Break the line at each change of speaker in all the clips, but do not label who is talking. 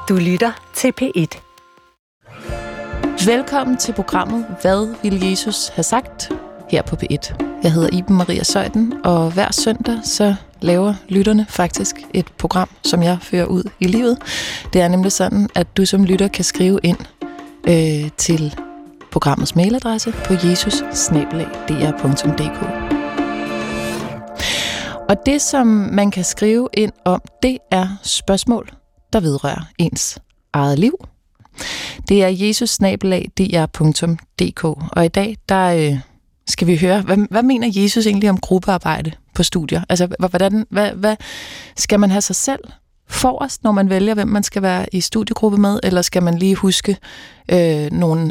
Du lytter til P1.
Velkommen til programmet Hvad ville Jesus have sagt? Her på P1. Jeg hedder Iben Maria Zeuthen, og hver søndag så laver lytterne faktisk et program, som jeg fører ud i livet. Det er nemlig sådan, at du som lytter kan skrive ind til programmets mailadresse på jesus@dr.dk. Og det, som man kan skrive ind om, det er spørgsmål, der vedrører ens eget liv. Det er jesus@dr.dk. Og i dag, der skal vi høre, hvad mener Jesus egentlig om gruppearbejde på studier? Altså, hvad skal man have sig selv forrest, når man vælger, hvem man skal være i studiegruppe med, eller skal man lige huske nogle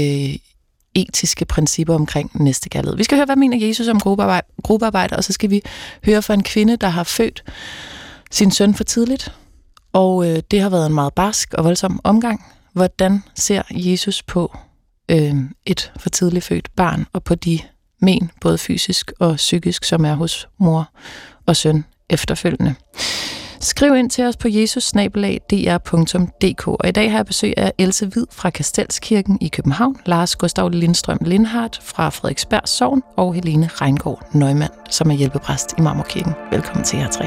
etiske principper omkring næstekærlighed? Vi skal høre, hvad mener Jesus om gruppearbejde, og så skal vi høre fra en kvinde, der har født sin søn for tidligt, og det har været en meget barsk og voldsom omgang. Hvordan ser Jesus på et for tidligt født barn, og på de men, både fysisk og psykisk, som er hos mor og søn efterfølgende? Skriv ind til os på jesus@dr.dk. Og i dag har jeg besøg af Else Hvid fra Kastelskirken i København, Lars Gustav Lindstrøm Lindhardt fra Frederiksberg Sogn og Helene Reingård Neumann, som er hjælpepræst i Marmorkirken. Velkommen til jer tre.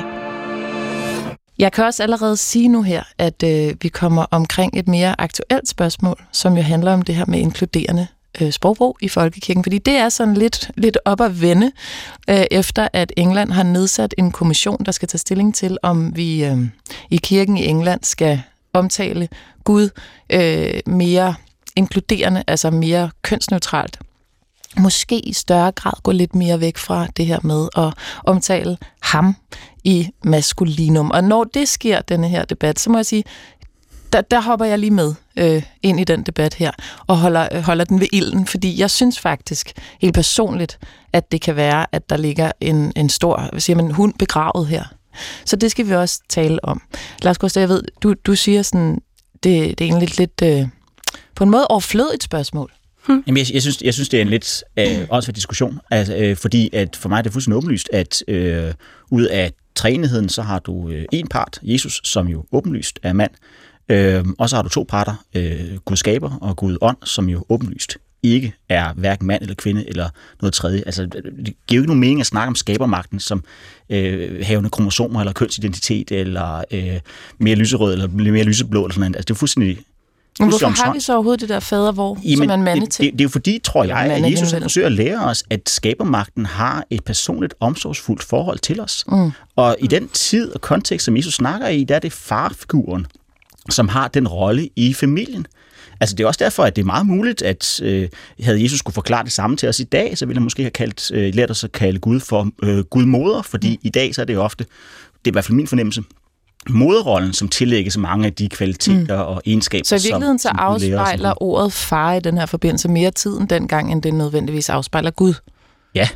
Jeg kan også allerede sige nu her, at vi kommer omkring et mere aktuelt spørgsmål, som jo handler om det her med inkluderende sprogbrug i folkekirken, fordi det er sådan lidt op at vende, efter at England har nedsat en kommission, der skal tage stilling til, om vi i kirken i England skal omtale Gud mere inkluderende, altså mere kønsneutralt. Måske i større grad gå lidt mere væk fra det her med at omtale ham i maskulinum. Og når det sker, denne her debat, så må jeg sige, der hopper jeg lige med ind i den debat her, og holder den ved ilden, fordi jeg synes faktisk helt personligt, at det kan være, at der ligger en stor, hvad siger man, hund begravet her. Så det skal vi også tale om. Lars Gustav, jeg ved, du siger sådan, det er egentlig lidt på en måde overflødigt spørgsmål.
Jamen, jeg synes, det er en lidt også en diskussion, altså, fordi at for mig er det fuldstændig åbenlyst, at ud af treenigheden, så har du en part, Jesus, som jo åbenlyst er mand, og så har du to parter, Gud skaber og Gud ånd, som jo åbenlyst ikke er hverken mand eller kvinde eller noget tredje. Altså, det giver jo ikke nogen mening at snakke om skabermagten som havende kromosomer eller kønsidentitet eller mere lyserød eller mere lyseblå eller sådan noget. Altså, det er fuldstændig.
Men hvorfor har vi så overhovedet det der fadervor, som er en mandeting?
Det er jo fordi, tror jeg, at Jesus forsøger at lære os, at skabermagten har et personligt, omsorgsfuldt forhold til os. Og i den tid og kontekst, som Jesus snakker i, der er det farfiguren, som har den rolle i familien. Altså, det er også derfor, at det er meget muligt, at havde Jesus skulle forklare det samme til os i dag, så ville han måske have lært os at kalde Gud for Gudmoder, fordi i dag så er det jo ofte, det er i hvert fald min fornemmelse, moderrollen, som tillægges mange af de kvaliteter og egenskaber.
Så i virkeligheden så afspejler ordet far i den her forbindelse mere tiden dengang, end det nødvendigvis afspejler Gud.
Ja.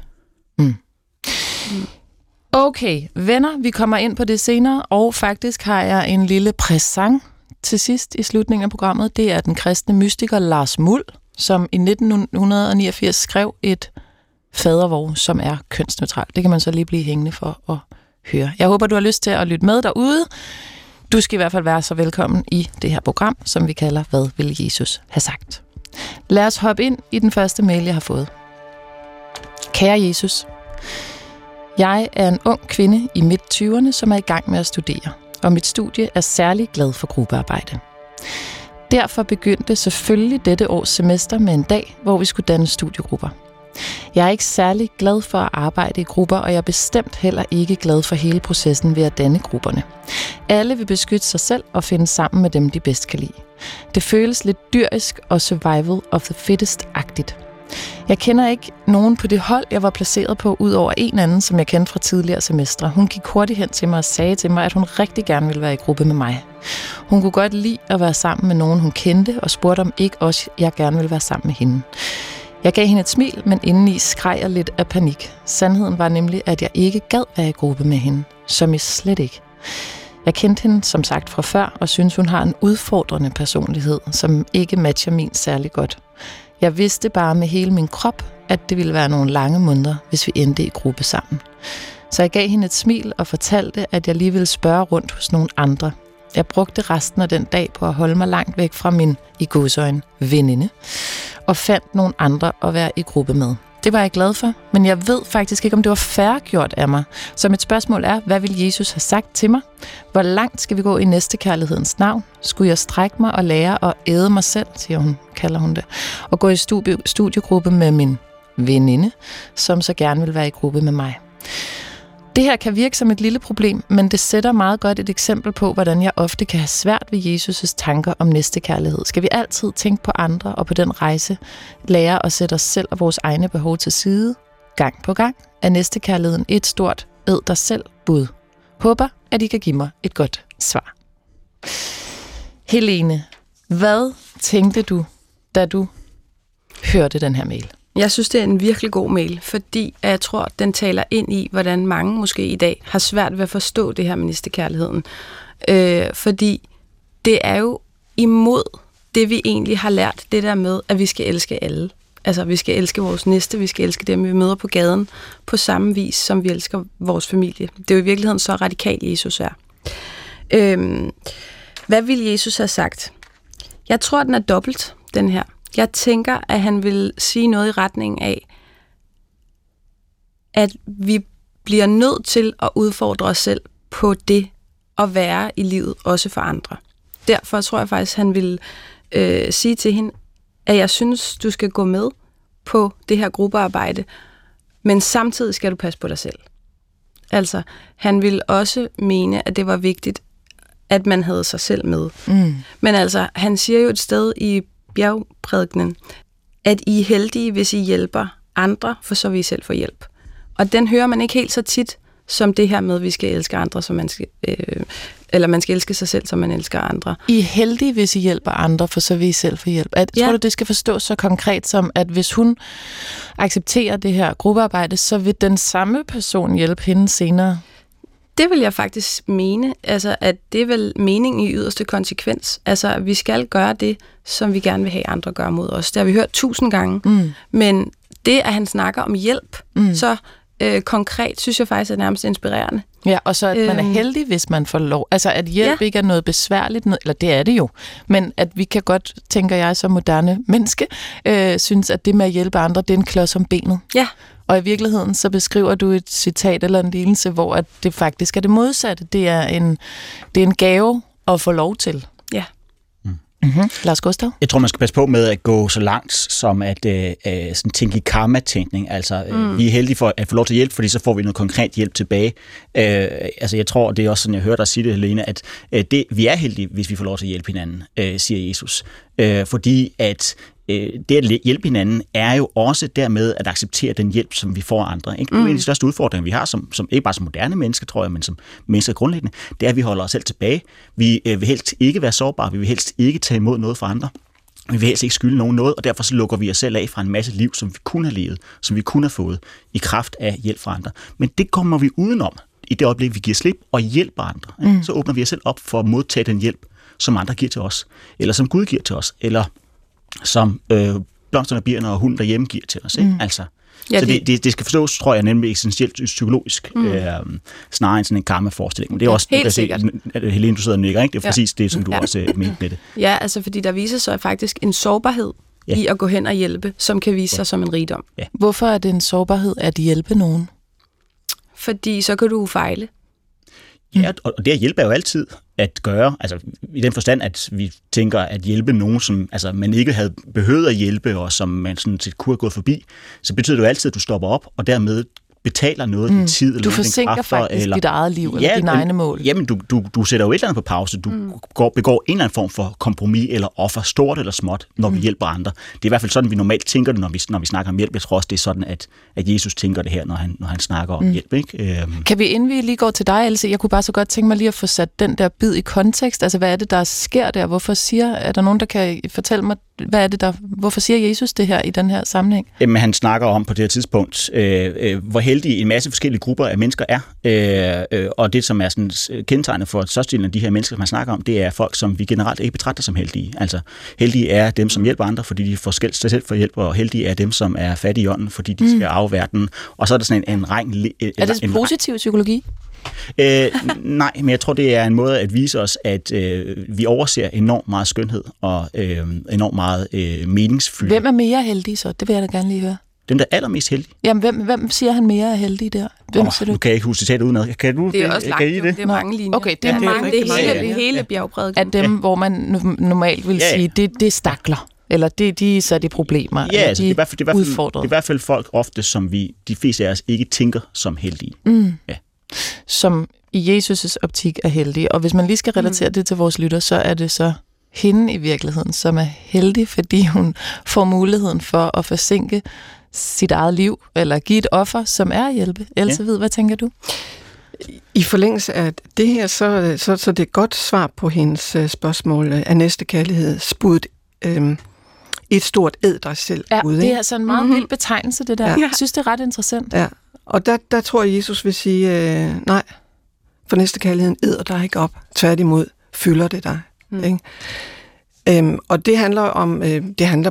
Okay, venner, vi kommer ind på det senere, og faktisk har jeg en lille præsent til sidst i slutningen af programmet. Det er den kristne mystiker Lars Muhl, som i 1989 skrev et fadervor, som er kønsneutralt. Det kan man så lige blive hængende for at høre. Jeg håber, du har lyst til at lytte med derude. Du skal i hvert fald være så velkommen i det her program, som vi kalder Hvad vil Jesus have sagt? Lad os hoppe ind i den første mail, jeg har fået. Kære Jesus, jeg er en ung kvinde i midt-20'erne, som er i gang med at studere, og mit studie er særlig glad for gruppearbejde. Derfor begyndte selvfølgelig dette års semester med en dag, hvor vi skulle danne studiegrupper. Jeg er ikke særlig glad for at arbejde i grupper, og jeg er bestemt heller ikke glad for hele processen ved at danne grupperne. Alle vil beskytte sig selv og finde sammen med dem, de bedst kan lide. Det føles lidt dyrisk og survival of the fittest-agtigt. Jeg kender ikke nogen på det hold, jeg var placeret på, ud over en anden, som jeg kendte fra tidligere semestre. Hun gik hurtigt hen til mig og sagde til mig, at hun rigtig gerne ville være i gruppe med mig. Hun kunne godt lide at være sammen med nogen, hun kendte, og spurgte om ikke også jeg gerne ville være sammen med hende. Jeg gav hende et smil, men indeni skreg jeg lidt af panik. Sandheden var nemlig, at jeg ikke gad være i gruppe med hende, som jeg slet ikke. Jeg kendte hende som sagt fra før, og synes hun har en udfordrende personlighed, som ikke matcher min særlig godt. Jeg vidste bare med hele min krop, at det ville være nogle lange måneder, hvis vi endte i gruppe sammen. Så jeg gav hende et smil og fortalte, at jeg lige ville spørge rundt hos nogle andre. Jeg brugte resten af den dag på at holde mig langt væk fra min, i gåseøjne, veninde, og fandt nogle andre at være i gruppe med. Det var jeg glad for, men jeg ved faktisk ikke, om det var fair gjort af mig. Så mit spørgsmål er, hvad vil Jesus have sagt til mig? Hvor langt skal vi gå i næstekærlighedens navn? Skulle jeg strække mig og lære at æde mig selv, kalder hun det, og gå i studiegruppe med min veninde, som så gerne vil være i gruppe med mig? Det her kan virke som et lille problem, men det sætter meget godt et eksempel på, hvordan jeg ofte kan have svært ved Jesus' tanker om næstekærlighed. Skal vi altid tænke på andre og på den rejse lære at sætte os selv og vores egne behov til side? Gang på gang er næstekærligheden et stort æd dig selv bud. Håber, at I kan give mig et godt svar. Helene, hvad tænkte du, da du hørte den her mail?
Jeg synes, det er en virkelig god mail, fordi jeg tror, den taler ind i, hvordan mange måske i dag har svært ved at forstå det her med næstekærligheden. Fordi det er jo imod det, vi egentlig har lært, det der med, at vi skal elske alle. Altså, vi skal elske vores næste, vi skal elske dem, vi møder på gaden, på samme vis, som vi elsker vores familie. Det er jo i virkeligheden så radikal, Jesus er. Hvad vil Jesus have sagt? Jeg tror, den er dobbelt, den her. Jeg tænker, at han vil sige noget i retning af, at vi bliver nødt til at udfordre os selv på det at være i livet, også for andre. Derfor tror jeg faktisk, han vil sige til hende, at jeg synes, du skal gå med på det her gruppearbejde, men samtidig skal du passe på dig selv. Altså, han vil også mene, at det var vigtigt, at man havde sig selv med. Men altså, han siger jo et sted i bjergprædikenen, at I er heldige, hvis I hjælper andre, for så vil I selv få hjælp. Og den hører man ikke helt så tit, som det her med, at vi skal elske andre, som man skal, eller man skal elske sig selv, som man elsker andre.
I er heldige, hvis I hjælper andre, for så vil I selv få hjælp. Tror du, det skal forstås så konkret som, at hvis hun accepterer det her gruppearbejde, så vil den samme person hjælpe hende senere?
Det vil jeg faktisk mene, altså at det er vel meningen i yderste konsekvens. Altså, at vi skal gøre det, som vi gerne vil have andre gøre mod os. Det har vi hørt 1000 gange. Men det, at han snakker om hjælp, så konkret, synes jeg faktisk er nærmest inspirerende.
Ja, og så at man er heldig, hvis man får lov. Altså, at hjælp ikke er noget besværligt, eller det er det jo, men at vi kan godt, tænker jeg som moderne menneske, synes, at det med at hjælpe andre, det er en klods om benet.
Ja.
Og i virkeligheden, så beskriver du et citat eller en lignelse, hvor at det faktisk er det modsatte. Det er en gave at få lov til.
Ja.
Lars Gustav?
Jeg tror, man skal passe på med at gå så langt som at sådan tænke i karma-tænkning. Altså, vi er heldige for at få lov til hjælp, fordi så får vi noget konkret hjælp tilbage. Altså, jeg tror, det er også sådan, jeg hørte dig sige det, Helene, at vi er heldige, hvis vi får lov til at hjælpe hinanden, siger Jesus. Fordi at det at hjælpe hinanden er jo også dermed at acceptere den hjælp, som vi får af andre. Ikke? En af de største udfordringer, vi har, som ikke bare som moderne mennesker, tror jeg, men som mennesker grundlæggende, det er, at vi holder os selv tilbage. Vi vil helst ikke være sårbare, vi vil helst ikke tage imod noget fra andre. Vi vil helst ikke skylde nogen noget, og derfor så lukker vi os selv af fra en masse liv, som vi kunne have levet, som vi kunne have fået i kraft af hjælp fra andre. Men det kommer vi udenom i det øjeblik, vi giver slip og hjælper andre. Så åbner vi os selv op for at modtage den hjælp, som andre giver til os, eller som Gud giver til os, eller som blomsterne, bierne og hunden derhjemme giver til os. Ikke? Altså, ja, så det skal forstås, tror jeg, nemlig essentielt psykologisk, snarere end sådan en karma-forestilling. Men det er også
helt sikkert.
Helene, du sidder og nikker, ikke? Det er præcis det, som du også mente med det.
Ja, altså fordi der viser sig faktisk en sårbarhed i at gå hen og hjælpe, som kan vise sig som en rigdom.
Ja. Hvorfor er det en sårbarhed at hjælpe nogen?
Fordi så kan du fejle.
Ja, og det at hjælpe er jo altid at gøre, altså i den forstand, at vi tænker at hjælpe nogen, som altså, man ikke havde behøvet at hjælpe, og som man sådan set kunne have gået forbi, så betyder det jo altid, at du stopper op, og dermed betaler noget af din tid. Eller
du forsinker
kræfter,
faktisk dit eget liv, eller dine egne mål.
Jamen, du sætter jo et eller andet på pause. Du begår en eller anden form for kompromis, eller offer, stort eller småt, når vi hjælper andre. Det er i hvert fald sådan, vi normalt tænker det, når vi snakker om hjælp. Jeg tror også, det er sådan, at Jesus tænker det her, når han snakker om hjælp. Ikke?
Kan vi, inden vi lige går til dig, Else, jeg kunne bare så godt tænke mig lige at få sat den der bid i kontekst. Altså, hvad er det, der sker der? Er der nogen, der kan fortælle mig, hvorfor siger Jesus det her i den her sammenhæng?
Jamen, han snakker om på det her tidspunkt, hvor heldige en masse forskellige grupper af mennesker er, og det, som er sådan kendetegnet for størstedelen af de her mennesker, man snakker om, det er folk, som vi generelt ikke betragter som heldige. Altså, heldige er dem, som hjælper andre, fordi de får sig selv for hjælp, og heldige er dem, som er fattige i ånden, fordi de skal arve verden. Og så er der sådan en række...
Er det positiv psykologi?
Nej, men jeg tror, det er en måde at vise os, at vi overser enormt meget skønhed og enormt meget meningsfylde.
Hvem er mere heldig så? Det vil jeg da gerne lige høre.
Den, der er allermest heldig.
Jamen, hvem siger han mere er heldig der? Hvem siger du?
Nu kan jeg ikke huske citatet udenad. Kan du
det er også langt, det er mange linjer.
Okay, det er mange.
Det er hele bjergprædiken.
Af dem, hvor man normalt vil sige, det er stakler. Eller så er det problemer.
Ja, altså, det
er
i hvert fald folk ofte, som de fleste af os ikke tænker som heldige. Ja.
Som i Jesus' optik er heldige. Og hvis man lige skal relatere det til vores lytter, så er det så hende i virkeligheden, som er heldig, fordi hun får muligheden for at forsinke sit eget liv, eller give et offer, som er at hjælpe. Else Hvid, hvad tænker du?
I forlængelse af det her, så det er et godt svar på hendes spørgsmål af næstekærlighed, spurgt et stort æd dig selv ud.
Det er altså en meget vild betegnelse, det der. Ja. Jeg synes, det er ret interessant.
Ja, og der tror jeg, Jesus vil sige, nej, for næstekærligheden æder dig ikke op. Tværtimod fylder det dig. Ikke? Og det handler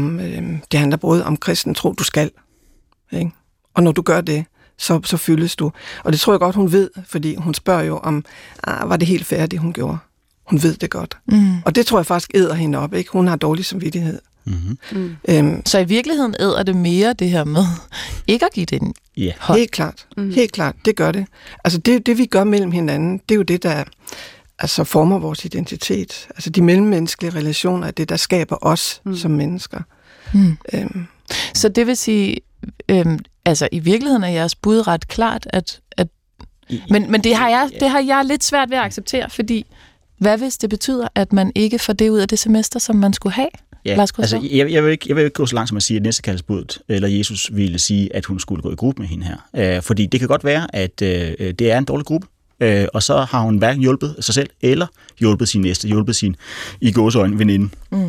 både om kristen tro, du skal. Ikke? Og når du gør det, så fyldes du. Og det tror jeg godt, hun ved, fordi hun spørger jo om, var det helt fair, det hun gjorde? Hun ved det godt. Og det tror jeg faktisk æder hende op. Ikke? Hun har dårlig samvittighed.
Så i virkeligheden æder det mere det her med ikke at give det en hånd?
Helt klart. Helt klart, det gør det. Altså det vi gør mellem hinanden, det er jo det, der altså former vores identitet. Altså de mellemmenneskelige relationer er det, der skaber os som mennesker.
Så det vil sige, altså i virkeligheden er jeres bud ret klart, men det har jeg lidt svært ved at acceptere, fordi hvad hvis det betyder, at man ikke får det ud af det semester, som man skulle have?
Ja, altså jeg vil ikke gå så langt som at sige, at næstekærlighedsbudet, eller Jesus ville sige, at hun skulle gå i gruppe med hende her. Fordi det kan godt være, at det er en dårlig gruppe, og så har hun hverken hjulpet sig selv, eller hjulpet sin næste, hjulpet sin i gåseøjne veninde.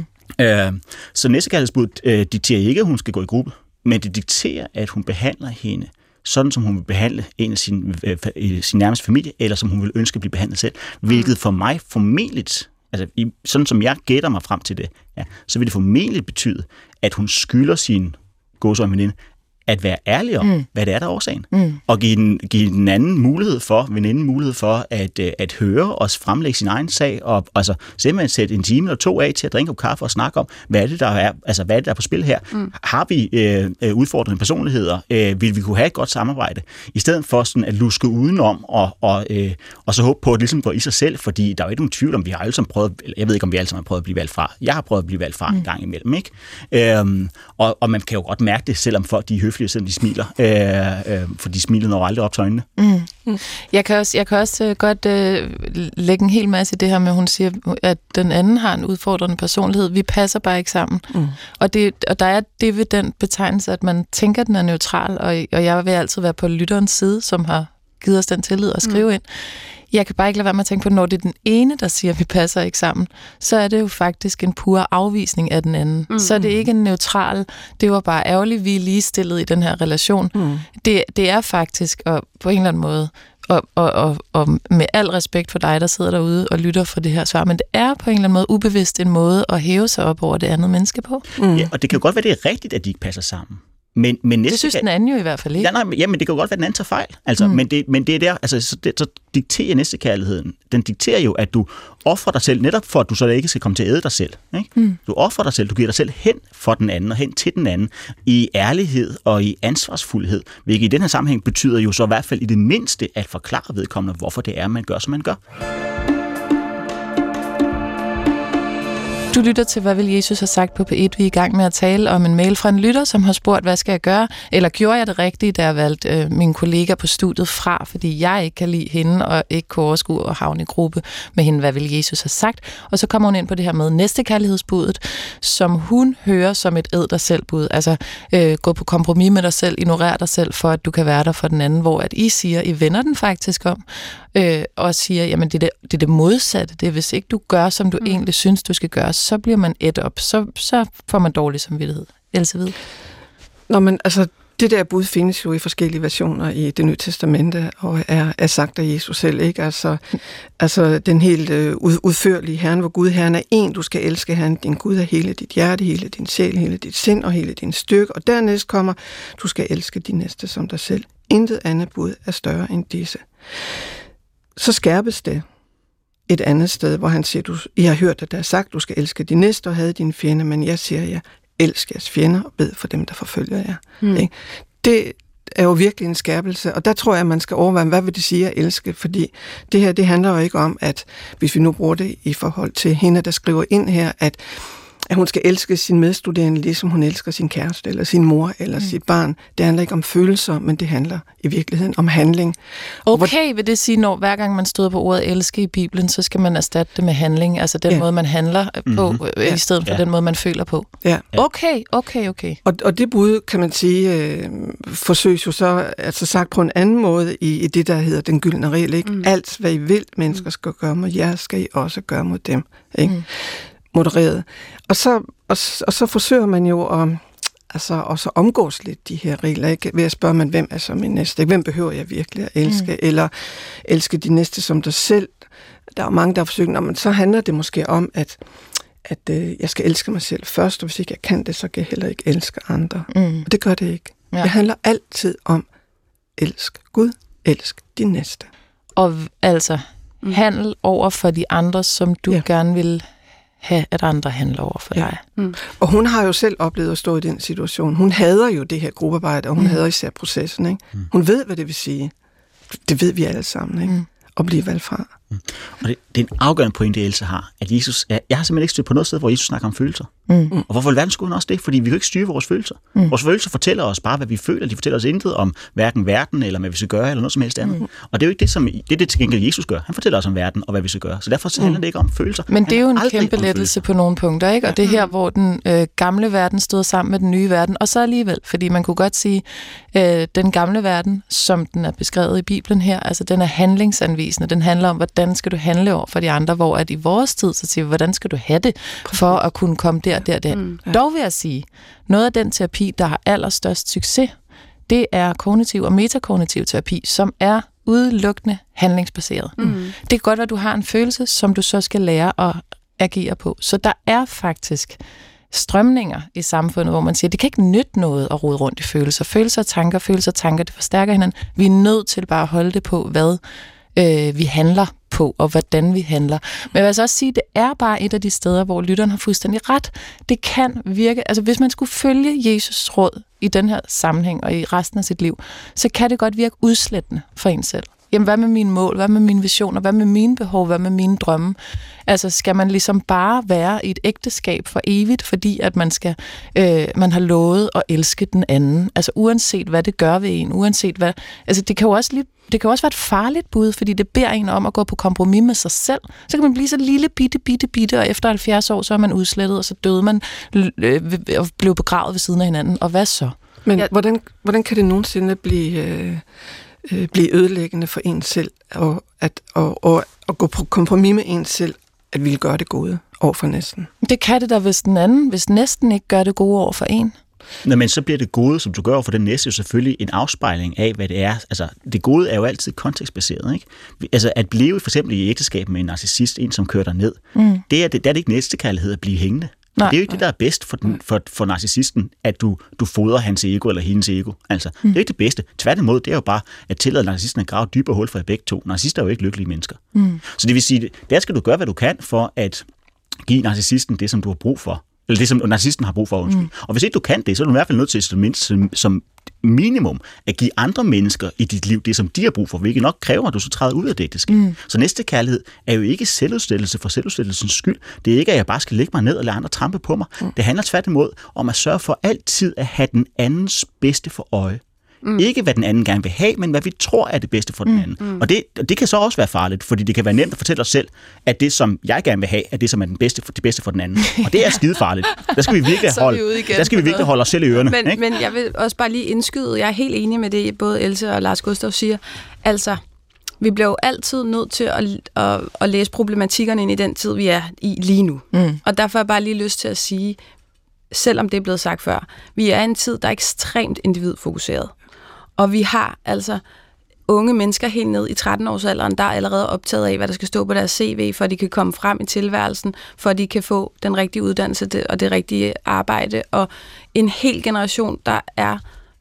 Så næstekærlighedsbudet dikterer ikke, at hun skal gå i gruppe, men det dikterer, at hun behandler hende sådan, som hun vil behandle en af sin nærmeste familie, eller som hun vil ønske at blive behandlet selv, hvilket for mig formentlig, altså sådan som jeg gætter mig frem til det, så vil det formentlig betyde, at hun skylder sin gåseøjne veninde at være ærlig om, hvad det er, der er årsagen. Og give den anden veninden mulighed for at høre og fremlægge sin egen sag, og altså simpelthen sætte en time eller 2 af til at drikke op kaffe og snakke om, hvad er det, der er på spil her? Har vi udfordrende personligheder? Vil vi kunne have et godt samarbejde? I stedet for sådan at luske udenom og så håbe på, at ligesom går i sig selv, fordi der er jo ikke nogen tvivl om, vi har alle sammen prøvet, jeg ved ikke, om vi alle sammen har prøvet at blive valgt fra. Jeg har prøvet at blive valgt fra en gang imellem, ikke? Og man kan jo godt mærke det, selvom folk de er høflige, selvom de smiler, for de smiler når aldrig op til øjnene.
Jeg kan også godt lægge en hel masse i det her med, hun siger, at den anden har en udfordrende personlighed. Vi passer bare ikke sammen. Og der er det ved den betegnelse, at man tænker, at den er neutral, og jeg vil altid være på lytterens side, som har givet os den tillid at skrive ind. Jeg kan bare ikke lade være med at tænke på, når det er den ene, der siger, at vi passer ikke sammen, så er det jo faktisk en pur afvisning af den anden. Så er det ikke en neutral, det var bare ærgerligt, vi er ligestillet i den her relation. Det er faktisk, og på en eller anden måde, og med al respekt for dig, der sidder derude og lytter for det her svar, men det er på en eller anden måde ubevidst en måde at hæve sig op over det andet menneske på.
Ja, og det kan jo godt være, det er rigtigt, at de ikke passer sammen. Men
det synes den anden jo i hvert fald ikke.
Men det kan jo godt være, at den anden tager fejl. Altså, men det er der, altså, så dikterer næstekærligheden. Den dikterer jo, at du offrer dig selv, netop for, at du så ikke skal komme til at æde dig selv. Ikke? Du offrer dig selv, du giver dig selv hen for den anden, og hen til den anden, i ærlighed og i ansvarsfuldhed, hvilket i den her sammenhæng betyder jo så i hvert fald i det mindste, at forklare vedkommende, hvorfor det er, man gør, som man gør.
Du lytter til, hvad vil Jesus have sagt på P1. Vi er i gang med at tale om en mail fra en lytter, som har spurgt, hvad skal jeg gøre? Eller gjorde jeg det rigtigt, da jeg valgte min kollega på studiet fra, fordi jeg ikke kan lide hende og ikke kunne overskue og havne i gruppe med hende, hvad vil Jesus have sagt? Og så kommer hun ind på det her med næstekærlighedsbudet, som hun hører som et æd dig selv-bud. Altså gå på kompromis med dig selv, ignorer dig selv, for at du kan være der for den anden, hvor at I siger, I vender den faktisk om, og siger, jamen det er det modsatte. Det er, hvis ikke du gør, som du egentlig synes, du skal gøre, så bliver man ædt op. Så får man dårlig samvittighed. Else Hvid?
Nå, men altså, det der bud findes jo i forskellige versioner i Det Nye Testamente, og er sagt af Jesus selv, ikke? Altså den helt udførlige Herren, hvor Gud Herren er en, du skal elske Herren, din Gud af hele dit hjerte, hele din sjæl, hele dit sind og hele din styrke, og dernæst kommer, du skal elske din næste som dig selv. intet andet bud er større end disse. Så skærpes det et andet sted, hvor han siger, I har hørt, at der er sagt, du skal elske de næste og have dine fjender, men jeg siger jer, elsk jeres fjender og bed for dem, der forfølger jer. Ikke? Det er jo virkelig en skærpelse, og der tror jeg, at man skal overveje, hvad vil det sige at elske, fordi det her, det handler jo ikke om, at hvis vi nu bruger det i forhold til hende, der skriver ind her, at hun skal elske sin medstuderende, ligesom hun elsker sin kæreste, eller sin mor, eller sit barn. Det handler ikke om følelser, men det handler i virkeligheden om handling.
Okay, vil det sige, når hver gang man støder på ordet elske i Bibelen, så skal man erstatte det med handling, altså den måde, man handler på, i stedet for den måde, man føler på?
Ja.
Okay.
Og det bud, kan man sige, forsøges jo så, altså sagt på en anden måde, i det, der hedder den gyldne regel, ikke? Alt, hvad I vil, mennesker skal gøre mod jer, skal I også gøre mod dem, ikke? Modereret. Og så forsøger man jo at omgås lidt de her regler, ikke? Ved at spørge man, hvem er så min næste? Hvem behøver jeg virkelig at elske? Eller elske de næste som dig selv? Der er jo mange, der har forsøgt, men så handler det måske om, at jeg skal elske mig selv først, og hvis ikke jeg kan det, så kan jeg heller ikke elske andre. Og det gør det ikke. Ja. Det handler altid om elsk Gud, elsk de næste.
Og altså handel over for de andre, som du gerne vil have, at andre handler over for dig.
Og hun har jo selv oplevet at stå i den situation. Hun hader jo det her gruppearbejde, og hun hader især processen. Ikke? Hun ved, hvad det vil sige. Det ved vi alle sammen, ikke? At blive valgt fra.
Og det er en afgørende pointe, Else har, at Jesus, jeg har simpelthen ikke stødt på noget sted, hvor Jesus snakker om følelser. Og hvorfor i verden skulle han også det? Fordi vi kan ikke styre vores følelser. Vores følelser fortæller os bare, hvad vi føler. De fortæller os intet om hverken verden, eller hvad vi skal gøre, eller noget som helst andet. Og det er jo ikke det til gengæld Jesus gør. Han fortæller os om verden, og hvad vi skal gøre. Så derfor handler det ikke om følelser.
Men det er jo en kæmpe lettelse på nogle punkter, ikke? Og det her, hvor den gamle verden stod sammen med den nye verden, og så alligevel, fordi man kunne godt sige, den gamle verden, som den er beskrevet i Bibelen her, altså den er handlingsanvisende. Den handler om, hvordan skal du handle over for de andre, hvor at i vores tid, så siger vi, hvordan skal du have det, for at kunne komme der. Dog vil jeg sige, noget af den terapi, der har allerstørst succes, det er kognitiv og metakognitiv terapi, som er udelukkende handlingsbaseret. Det kan godt være, at du har en følelse, som du så skal lære at agere på. Så der er faktisk strømninger i samfundet, hvor man siger, det kan ikke nytte noget at rode rundt i følelser. Følelser og tanker, det forstærker hinanden. Vi er nødt til bare at holde det på, hvad vi handler på, og hvordan vi handler. Men jeg vil altså også sige, det er bare et af de steder, hvor lytteren har fuldstændig ret. Det kan virke, altså hvis man skulle følge Jesus' råd i den her sammenhæng og i resten af sit liv, så kan det godt virke udslættende for en selv. Jamen, hvad med mine mål? Hvad med mine visioner? Hvad med mine behov? Hvad med mine drømme? Altså, skal man ligesom bare være i et ægteskab for evigt, fordi at man har lovet at elske den anden? Altså, uanset hvad det gør ved en, uanset hvad... Altså, det kan jo også være et farligt bud, fordi det beder en om at gå på kompromis med sig selv. Så kan man blive så lille bitte, og efter 70 år, så er man udslettet, og så døde man og blev begravet ved siden af hinanden. Og hvad så?
Men hvordan kan det nogensinde blive ødelæggende for en selv, og at gå på kompromis med en selv, at ville gøre det gode over for næsten?
Det kan det da, hvis næsten ikke gør det gode over for en.
Nå, men så bliver det gode, som du gør for den næste, jo selvfølgelig en afspejling af, hvad det er. Altså, det gode er jo altid kontekstbaseret, ikke? Altså, at blive for eksempel i ægteskab med en narcissist, en som kører dig ned, det er det ikke næstekærlighed at blive hængende. Det er jo ikke det, der er bedst for narcissisten, at du fodrer hans ego eller hendes ego. Altså, det er ikke det bedste. Tværtimod, det er jo bare at tillade narcissisten at grave et dybere hul for jer begge to. Narcissister er jo ikke lykkelige mennesker. Så det vil sige, der skal du gøre, hvad du kan for at give narcissisten det, som du har brug for. Eller det, som narcissisten har brug for, undskyld. Og hvis ikke du kan det, så er du i hvert fald nødt til som minimum at give andre mennesker i dit liv det, som de har brug for, hvilket nok kræver, at du så træder ud af det ægteskab. Så næste kærlighed er jo ikke selvudstilelse for selvudstilelsens skyld. Det er ikke, at jeg bare skal lægge mig ned og lade andre trampe på mig. Det handler tværtimod om at sørge for altid at have den andens bedste for øje. Ikke hvad den anden gerne vil have, men hvad vi tror er det bedste for den anden. Og det kan så også være farligt, fordi det kan være nemt at fortælle os selv, at det, som jeg gerne vil have, er det, som er det bedste for den anden. Og det er skide farligt. Der skal vi virkelig holde os selv i ørerne.
Men jeg vil også bare lige indskyde, jeg er helt enig med det, både Else og Lars Gustav siger. Altså, vi bliver jo altid nødt til at læse problematikkerne ind i den tid, vi er i lige nu. Og derfor har jeg bare lige lyst til at sige, selvom det er blevet sagt før, vi er i en tid, der er ekstremt individfokuseret. Og vi har altså unge mennesker helt ned i 13-årsalderen, der er allerede optaget af, hvad der skal stå på deres CV, for at de kan komme frem i tilværelsen, for at de kan få den rigtige uddannelse og det rigtige arbejde. Og en hel generation, der er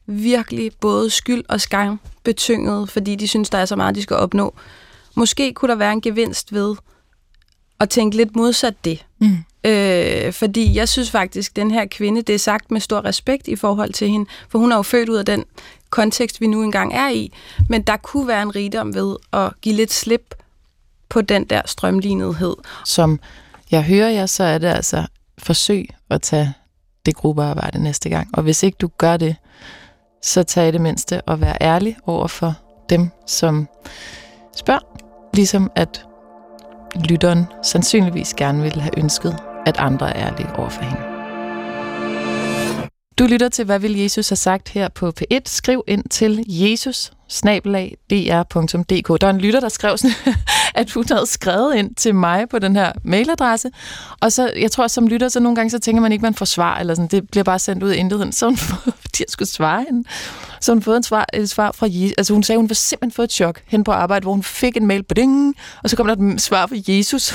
virkelig både skyld og skam betynget, fordi de synes, der er så meget, de skal opnå. Måske kunne der være en gevinst ved at tænke lidt modsat det. Fordi jeg synes faktisk, den her kvinde, det er sagt med stor respekt i forhold til hende, for hun er jo født ud af den kontekst, vi nu engang er i, men der kunne være en rigdom ved at give lidt slip på den der strømlinethed.
Som jeg hører jer, så er det altså forsøg at tage det gruppearbejde næste gang. Og hvis ikke du gør det, så tag i det mindste og vær ærlig over for dem, som spørger, ligesom at lytteren sandsynligvis gerne ville have ønsket, at andre er ærlige over for hende. Du lytter til, hvad vil Jesus have sagt her på P1. Skriv ind til jesus@dr.dk. Der er en lytter, der skrev sådan, at hun havde skrevet ind til mig på den her mailadresse. Og så, jeg tror, som lytter, så nogle gange, så tænker man ikke, man får svar, eller sådan, det bliver bare sendt ud i intetheden. Så hun fordi jeg skulle svare hende. Så hun fået et svar fra Jesus. Altså hun sagde, hun var simpelthen fået et chok hen på arbejde, hvor hun fik en mail på ding, og så kom der et svar fra Jesus.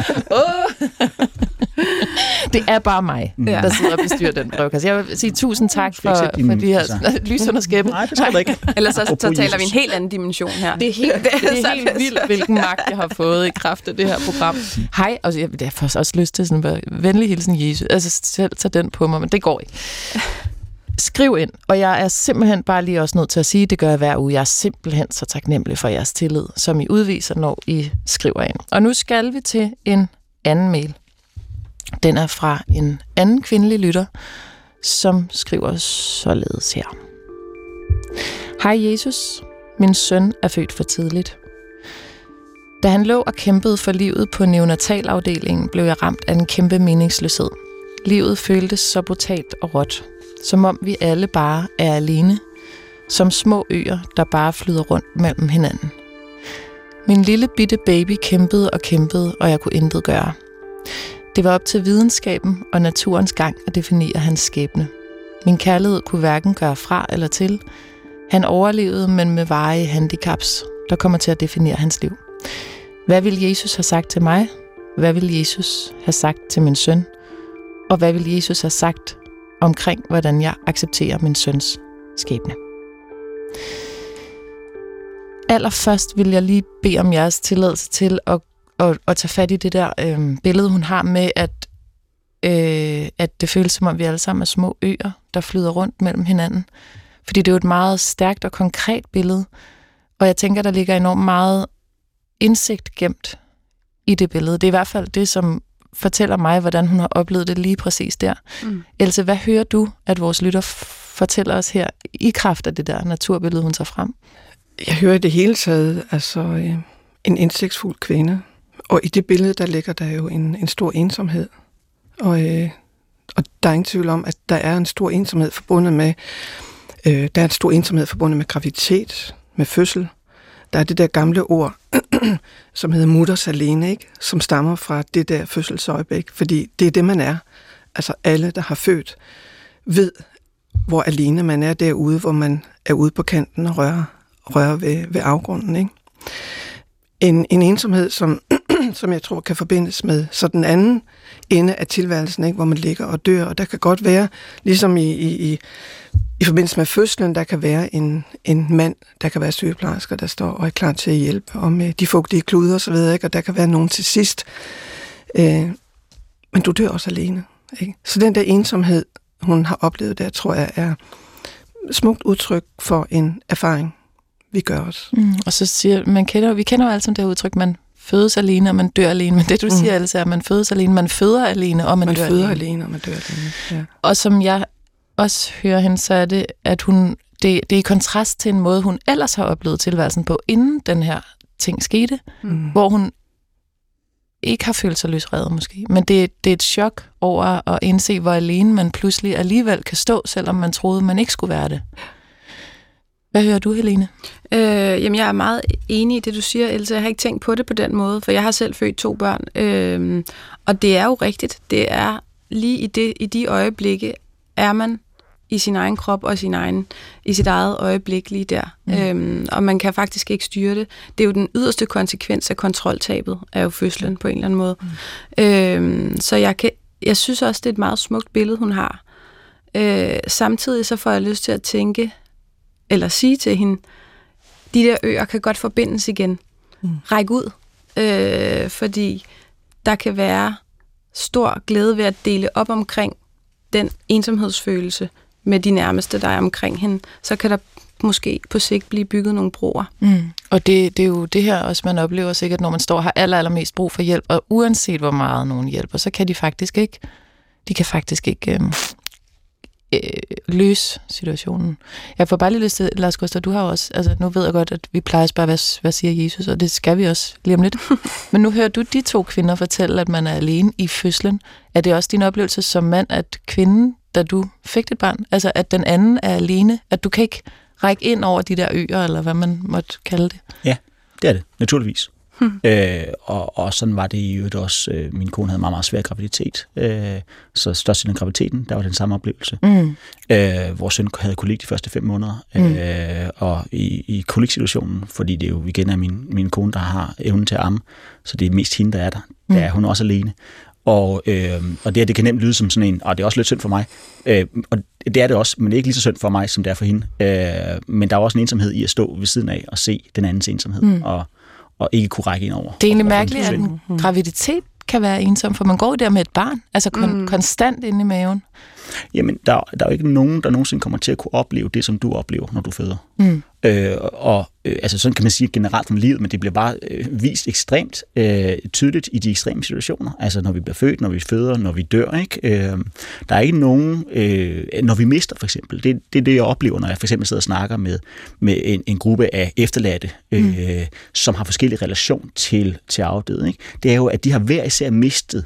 Det er bare mig, der sidder og bestyrer den brevkasse. Jeg vil sige tusind tak for de her lysunderskæbe.
Nej, det skal ikke.
Ellers så taler vi en helt anden dimension her.
Det er helt vildt, hvilken magt jeg har fået i kraft af det her program. Hej, og jeg får også lyst til sådan en venlig hilsen Jesus. Altså selv tage den på mig, men det går ikke. Skriv ind, og jeg er simpelthen bare lige også nødt til at sige, det gør jeg hver uge. Jeg er simpelthen så taknemmelig for jeres tillid, som I udviser, når I skriver ind. Og nu skal vi til en anden mail. Den er fra en anden kvindelig lytter, som skriver således her. Hej Jesus, min søn er født for tidligt. Da han lå og kæmpede for livet på neonatalafdelingen, blev jeg ramt af en kæmpe meningsløshed. Livet føltes så brutalt og råt, som om vi alle bare er alene, som små øer, der bare flyder rundt mellem hinanden. Min lille bitte baby kæmpede og kæmpede, og jeg kunne intet gøre. Det var op til videnskaben og naturens gang at definere hans skæbne. Min kærlighed kunne hverken gøre fra eller til. Han overlevede, men med varige handicaps, der kommer til at definere hans liv. Hvad vil Jesus have sagt til mig? Hvad vil Jesus have sagt til min søn? Og hvad vil Jesus have sagt omkring, hvordan jeg accepterer min søns skæbne? Allerførst vil jeg lige bede om jeres tilladelse til at tage fat i det der billede, hun har med, at det føles som om, vi alle sammen er små øer, der flyder rundt mellem hinanden. Fordi det er jo et meget stærkt og konkret billede, og jeg tænker, der ligger enormt meget indsigt gemt i det billede. Det er i hvert fald det, som fortæller mig, hvordan hun har oplevet det lige præcis der. Else, hvad hører du, at vores lytter fortæller os her i kraft af det der naturbillede, hun tager frem?
Jeg hører i det hele taget en indsigtsfuld kvinde, og i det billede, der ligger der jo en stor ensomhed. Og der er ingen tvivl om, at der er en stor ensomhed forbundet med graviditet, med fødsel. Der er det der gamle ord, som hedder mutters alene, ikke? Som stammer fra det der fødselsøjeblik, fordi det er det, man er. Altså alle, der har født, ved, hvor alene man er derude, hvor man er ude på kanten og rører ved afgrunden, ikke? En ensomhed, som jeg tror kan forbindes med så den anden ende af tilværelsen, ikke? Hvor man ligger og dør, og der kan godt være, ligesom i forbindelse med fødslen, der kan være en mand, der kan være sygeplejersker, der står og er klar til at hjælpe, og med de fugtige kluder og så videre, ikke? Og der kan være nogen til sidst. Men du dør også alene, ikke? Så den der ensomhed, hun har oplevet der, tror jeg, er smukt udtryk for en erfaring, vi gør os.
Og så siger vi kender jo altid det her udtryk, man fødes alene, og man dør alene. Men det, du siger, altså, er, at man fødes alene, man føder alene, og man dør alene. Man føder alene,
og man dør alene, ja.
Og som jeg også hører hende, så er det, at det er i kontrast til en måde, hun ellers har oplevet tilværelsen på, inden den her ting skete, hvor hun ikke har følt sig løsredet måske. Men det er et chok over at indse, hvor alene man pludselig alligevel kan stå, selvom man troede, man ikke skulle være det. Hvad hører du, Helene?
Jamen, jeg er meget enig i det, du siger, Else. Jeg har ikke tænkt på det på den måde, for jeg har selv født 2 børn. Og det er jo rigtigt. Det er lige i de øjeblikke, er man i sin egen krop og i sit eget øjeblik lige der. Og man kan faktisk ikke styre det. Det er jo den yderste konsekvens af kontroltabet, er jo fødslen på en eller anden måde. Så jeg synes også, det er et meget smukt billede, hun har. Samtidig så får jeg lyst til at tænke, eller sige til hende, de der øer kan godt forbindes igen. Ræk ud. Fordi der kan være stor glæde ved at dele op omkring den ensomhedsfølelse med de nærmeste, der er omkring hende. Så kan der måske på sigt blive bygget nogle broer.
Og det er jo det her også, man oplever sikkert, når man står og har allermest brug for hjælp, og uanset hvor meget nogen hjælper, så kan de faktisk ikke løse situationen. Jeg får bare lige lyst til, Lars Gustav, du har også, altså nu ved jeg godt, at vi plejer at spørge, hvad siger Jesus, og det skal vi også lige om lidt. Men nu hører du de 2 kvinder fortælle, at man er alene i fødslen. Er det også din oplevelse som mand, at kvinden, da du fik dit barn, altså at den anden er alene, at du kan ikke række ind over de der øer, eller hvad man måtte kalde det?
Ja, det er det, naturligvis. Og sådan var det i øvrigt også. Min kone havde meget, meget svær graviditet. Så størstedelen af graviditeten, der var den samme oplevelse. Vores søn havde kolik de første 5 måneder. Og i koliksituationen, fordi det jo igen er min kone, der har evnen til at amme, så det er mest hende, der er der. Der er hun også alene. Og det kan nemt lyde som sådan en, og det er også lidt synd for mig. Og det er det også, men det er ikke lige så synd for mig, som det er for hende. Men der er også en ensomhed i at stå ved siden af og se den andens ensomhed. Og ikke kunne række ind over.
Det er egentlig mærkeligt, at en graviditet kan være ensom, for man går der med et barn, altså konstant inde i maven. Jamen, der er jo ikke nogen, der nogensinde kommer til at kunne opleve det, som du oplever, når du føder. Altså sådan kan man sige generelt om livet, men det bliver bare vist ekstremt tydeligt i de ekstreme situationer. Altså når vi bliver født, når vi føder, når vi dør, ikke? Der er ikke nogen, når vi mister for eksempel. Det er det, jeg oplever, når jeg for eksempel sidder og snakker med en gruppe af efterladte, som har forskellige relation til afdøde, ikke? Det er jo, at de har hver især mistet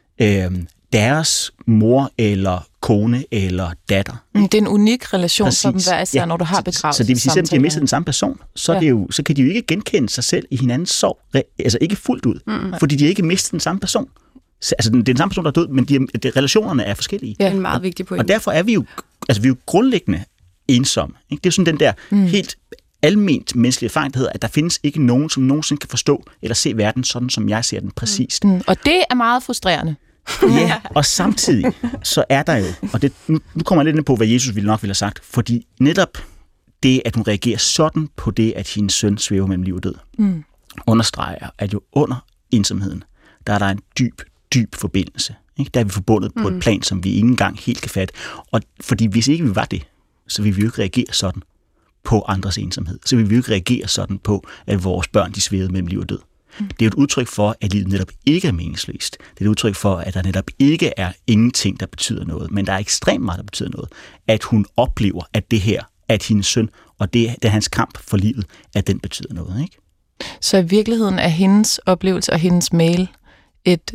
deres mor eller kone eller datter. Det er en unik relation for dem hver især, når du har begravet. Så det vil sige, at de har mistet den samme person, så kan de jo ikke genkende sig selv i hinandens sorg, altså ikke fuldt ud, fordi de har ikke mistet den samme person. Altså det er den samme person, der er død, men relationerne er forskellige.
Ja, det er en meget vigtig point.
Og derfor er vi jo, vi er jo grundlæggende ensomme. Ikke? Det er jo sådan den der helt alment menneskelige erfaring, der hedder, at der findes ikke nogen, som nogensinde kan forstå eller se verden sådan, som jeg ser den præcist.
Og det er meget frustrerende.
Ja, og samtidig så er der jo, og det, nu kommer jeg lidt ind på, hvad Jesus ville have sagt, fordi netop det, at hun reagerer sådan på det, at hendes søn svæver mellem liv og død, understreger, at jo under ensomheden, der er der en dyb forbindelse. Ikke? Der er vi forbundet på et plan, som vi ikke engang helt kan fatte. Og fordi hvis ikke vi var det, så ville vi jo ikke reagere sådan på andres ensomhed. Så ville vi jo ikke reagere sådan på, at vores børn de svævede mellem liv og død. Det er et udtryk for, at livet netop ikke er meningsløst. Det er et udtryk for, at der netop ikke er ingenting, der betyder noget, men der er ekstremt meget, der betyder noget. At hun oplever, at det her, at hendes søn, og det er hans kamp for livet, at den betyder noget, ikke?
Så i virkeligheden er hendes oplevelse og hendes mail et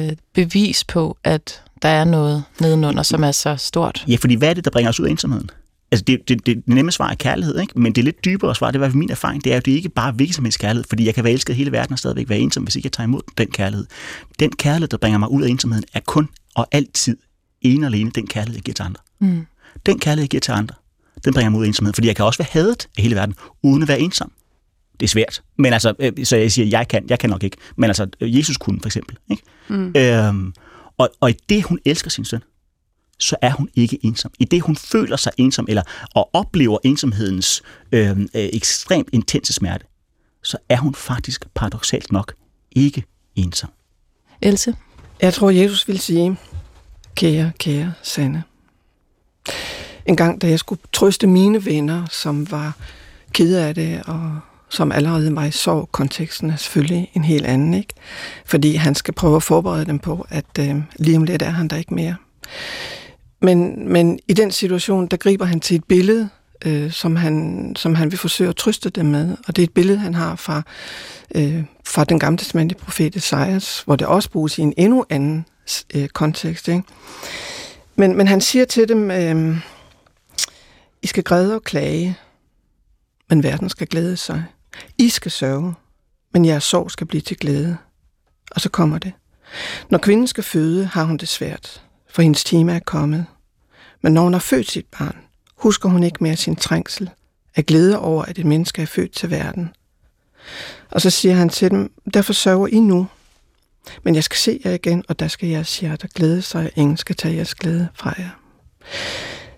bevis på, at der er noget nedenunder, som er så stort?
Ja, fordi hvad er det, der bringer os ud af ensomheden? Altså det nemme svar er kærlighed, ikke? Men det lidt dybere svar, det var min erfaring, det er jo, det er ikke bare hvilken som helst kærlighed, fordi jeg kan være elsket hele verden og stadigvæk være ensom, hvis ikke jeg tager imod den kærlighed. Den kærlighed, der bringer mig ud af ensomheden, er kun og altid ene og alene den kærlighed, jeg giver til andre. Den kærlighed, jeg giver til andre, den bringer mig ud af ensomheden, fordi jeg kan også være hadet af hele verden, uden at være ensom. Det er svært. Men altså, så jeg siger, jeg kan nok ikke. Men altså, Jesus kunne for eksempel, ikke? Og i det, hun elsker sin søn, så er hun ikke ensom. I det, hun føler sig ensom, og oplever ensomhedens ekstremt intense smerte, så er hun faktisk paradoksalt nok ikke ensom.
Else?
Jeg tror, Jesus vil sige, kære Sanne. En gang, da jeg skulle trøste mine venner, som var kede af det, og som allerede var i sorg, konteksten er selvfølgelig en helt anden, ikke? Fordi han skal prøve at forberede dem på, at lige om lidt er han der ikke mere. Men i den situation, der griber han til et billede, som han vil forsøge at trøste dem med. Og det er et billede, han har fra den gamle testamentlige profet Esajas, hvor det også bruges i en endnu anden kontekst. Ikke? Men han siger til dem, I skal græde og klage, men verden skal glæde sig. I skal sørge, men jeres sorg skal blive til glæde. Og så kommer det. Når kvinden skal føde, har hun det svært, for hendes time er kommet. Men når hun har født sit barn, husker hun ikke mere sin trængsel af glæde over, at et menneske er født til verden. Og så siger han til dem, derfor sørger I nu. Men jeg skal se jer igen, og der skal jeres hjerter glæde sig, og ingen skal tage jeres glæde fra jer.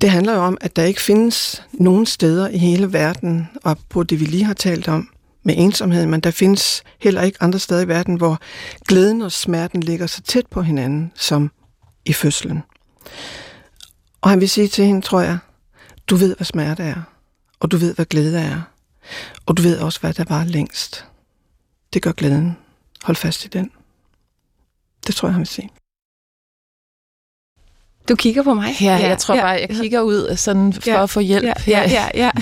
Det handler jo om, at der ikke findes nogen steder i hele verden, og på det vi lige har talt om, med ensomhed, men der findes heller ikke andre steder i verden, hvor glæden og smerten ligger så tæt på hinanden, som i fødslen. Og han vil sige til hende, tror jeg, du ved, hvad smerte er, og du ved, hvad glæde er, og du ved også, hvad der var længst. Det gør glæden. Hold fast i den. Det tror jeg, han vil sige.
Du kigger på mig?
Ja, jeg tror bare, jeg kigger ud sådan for at få hjælp.
Ja.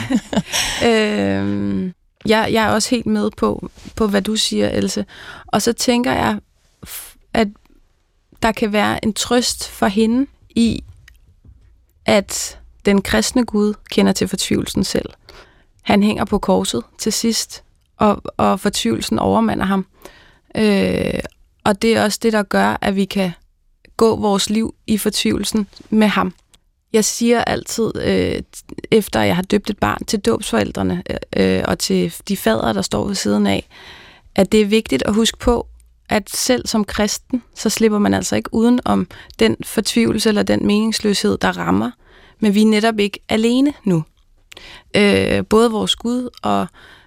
Jeg er også helt med på, hvad du siger, Else. Og så tænker jeg, at der kan være en trøst for hende i, at den kristne Gud kender til fortvivlelsen selv. Han hænger på korset til sidst, og fortvivlelsen overmander ham. Og det er også det, der gør, at vi kan gå vores liv i fortvivlelsen med ham. Jeg siger altid, efter jeg har døbt et barn, til dåbsforældrene og til de fadere, der står ved siden af, at det er vigtigt at huske på, at selv som kristen, så slipper man altså ikke uden om den fortvivlelse eller den meningsløshed, der rammer. Men vi er netop ikke alene nu. Både vores Gud og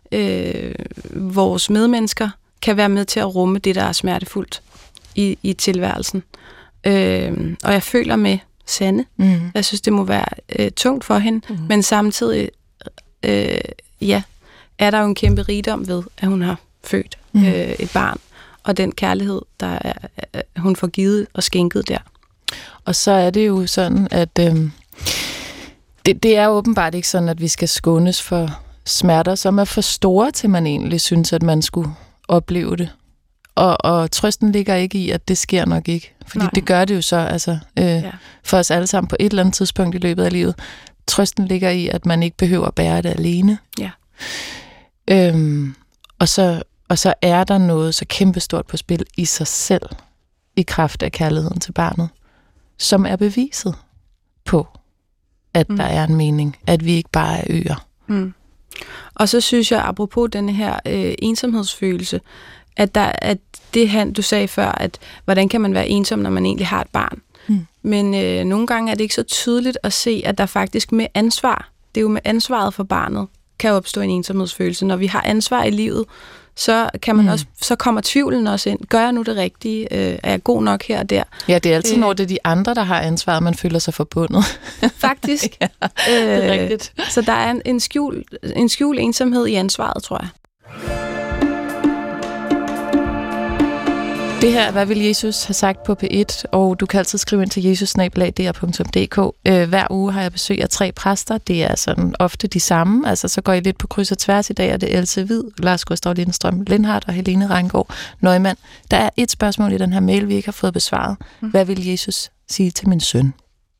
vores medmennesker kan være med til at rumme det, der er smertefuldt i tilværelsen. Og jeg føler med Sanne. Jeg synes, det må være tungt for hende, men samtidig er der jo en kæmpe rigdom ved, at hun har født et barn, og den kærlighed, der hun får givet og skænket der.
Og så er det jo sådan, at det er åbenbart ikke sådan, at vi skal skånes for smerter, som er for store til, man egentlig synes, at man skulle opleve det. Og trøsten ligger ikke i, at det sker nok ikke. Fordi det gør det jo så for os alle sammen på et eller andet tidspunkt i løbet af livet. Trøsten ligger i, at man ikke behøver at bære det alene.
Ja.
Og så er der noget så kæmpestort på spil i sig selv, i kraft af kærligheden til barnet, som er beviset på, at der er en mening, at vi ikke bare er øer.
Og så synes jeg, apropos denne her ensomhedsfølelse, at det du sagde før, at hvordan kan man være ensom, når man egentlig har et barn. Men nogle gange er det ikke så tydeligt at se, at der faktisk med ansvar, det er jo med ansvaret for barnet, kan opstå en ensomhedsfølelse. Når vi har ansvar i livet, så kan man også, så kommer tvivlen også ind. Gør jeg nu det rigtige? Er jeg god nok her og der?
Ja, det er altid, når det er de andre, der har ansvaret, man føler sig forbundet.
Faktisk.
Ja, det er rigtigt.
Så der er en skjult ensomhed i ansvaret, tror jeg.
Det her, hvad vil Jesus have sagt på P1, og du kan altid skrive ind til jesus@dr.dk. Hver uge har jeg besøg af 3 præster. Det er sådan ofte de samme. Altså, så går I lidt på kryds og tværs i dag, og det er Else Hvid, Lars Gustav Lindstrøm Lindhardt og Helene Reingård Neumann. Der er et spørgsmål i den her mail, vi ikke har fået besvaret. Hvad vil Jesus sige til min søn?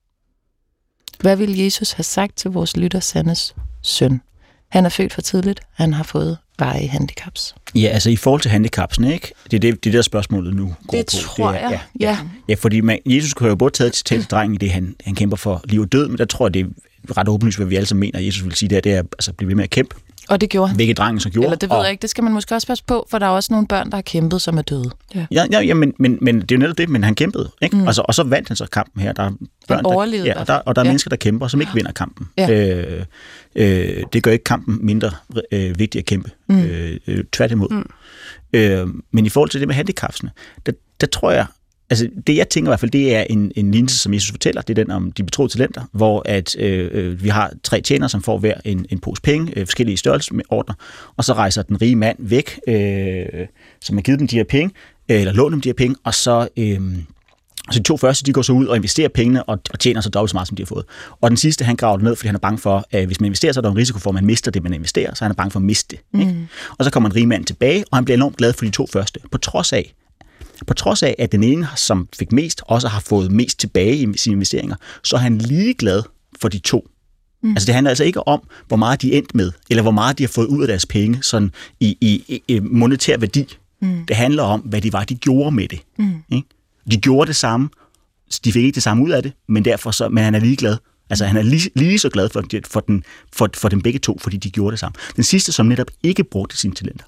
Hvad vil Jesus have sagt til vores lytter Sannes søn? Han er født for tidligt. Han har fået varige handicaps.
Ja, altså i forhold til handicapsene, ikke? Det er det der spørgsmålet nu går
det
på.
Tror jeg.
Ja, fordi Jesus kunne jo både taget til drengen i det, han kæmper for liv og død, men der tror jeg, det er ret åbenlyst, hvad vi alle sammen mener, at Jesus vil sige, det er altså blive ved med at kæmpe.
Og det gjorde han.
Hvilket drengen så gjorde.
Eller det ved jeg ikke, det skal man måske også passe på, for der er også nogle børn, der har kæmpet, som er døde.
Ja, men det er jo netop det, men han kæmpede, ikke? Og så vandt han så kampen her. Der er børn, og der er mennesker, der kæmper, som ikke vinder kampen. Ja. Det gør ikke kampen mindre vigtig at kæmpe. Tværtimod. Men i forhold til det med handicapsene, der tror jeg, altså det jeg tænker i hvert fald, det er en lignelse, som Jesus fortæller, det er den om de betroede talenter, hvor at vi har 3 tjenere, som får hver en pose penge, forskellige størrelser med ordner, og så rejser den rige mand væk, som har givet dem de her penge, eller låner dem de her penge, og så de 2 første, de går så ud og investerer pengene, og tjener så dobbelt så meget, som de har fået. Og den sidste, han graver det ned, fordi han er bange for, at hvis man investerer, så er der en risiko for, at man mister det, man investerer, så han er bange for at miste det. Ikke? Og så kommer en rig mand tilbage, og han bliver enormt glad for de 2 første, på trods af, at den ene, som fik mest, også har fået mest tilbage i sine investeringer, så er han lige glad for de 2. Altså det handler altså ikke om, hvor meget de endte med, eller hvor meget de har fået ud af deres penge, sådan i monetær værdi. Det handler om, hvad de gjorde med det. Ikke? De gjorde det samme, de fik ikke det samme ud af det, men men han er lige glad. Altså han er lige så glad for dem begge 2, fordi de gjorde det samme. Den sidste, som netop ikke brugte sine talenter,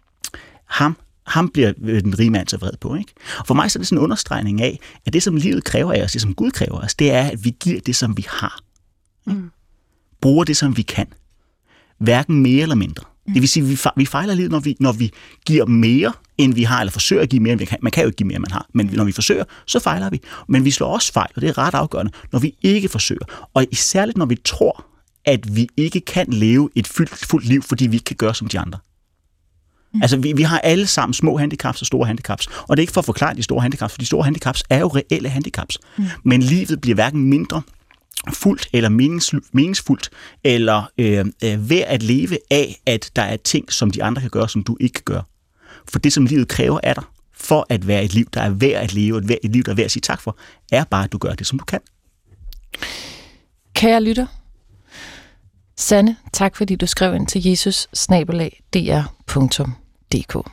ham bliver den rige mand så vred på. Ikke? Og for mig så er det sådan en understregning af, at det, som livet kræver af os, det som Gud kræver af os, det er, at vi giver det, som vi har. Bruger det, som vi kan. Hverken mere eller mindre. Det vil sige, at vi fejler lidt, når vi giver mere, end vi har, eller forsøger at give mere, end vi kan. Man kan jo ikke give mere, end man har, men når vi forsøger, så fejler vi. Men vi slår også fejl, og det er ret afgørende, når vi ikke forsøger. Og særligt, når vi tror, at vi ikke kan leve et fuldt liv, fordi vi ikke kan gøre som de andre. Altså, vi har alle sammen små handicaps og store handicaps. Og det er ikke for at forklare de store handicaps, for de store handicaps er jo reelle handicaps. Men livet bliver hverken mindre fuldt eller meningsfuldt, eller ved at leve af, at der er ting, som de andre kan gøre, som du ikke kan gøre. For det, som livet kræver af dig, for at være et liv, der er værd at leve, et liv, der er værd at sige tak for, er bare, at du gør det, som du kan.
Kære lytter, Sanne, tak fordi du skrev ind til jesus@dr.dk.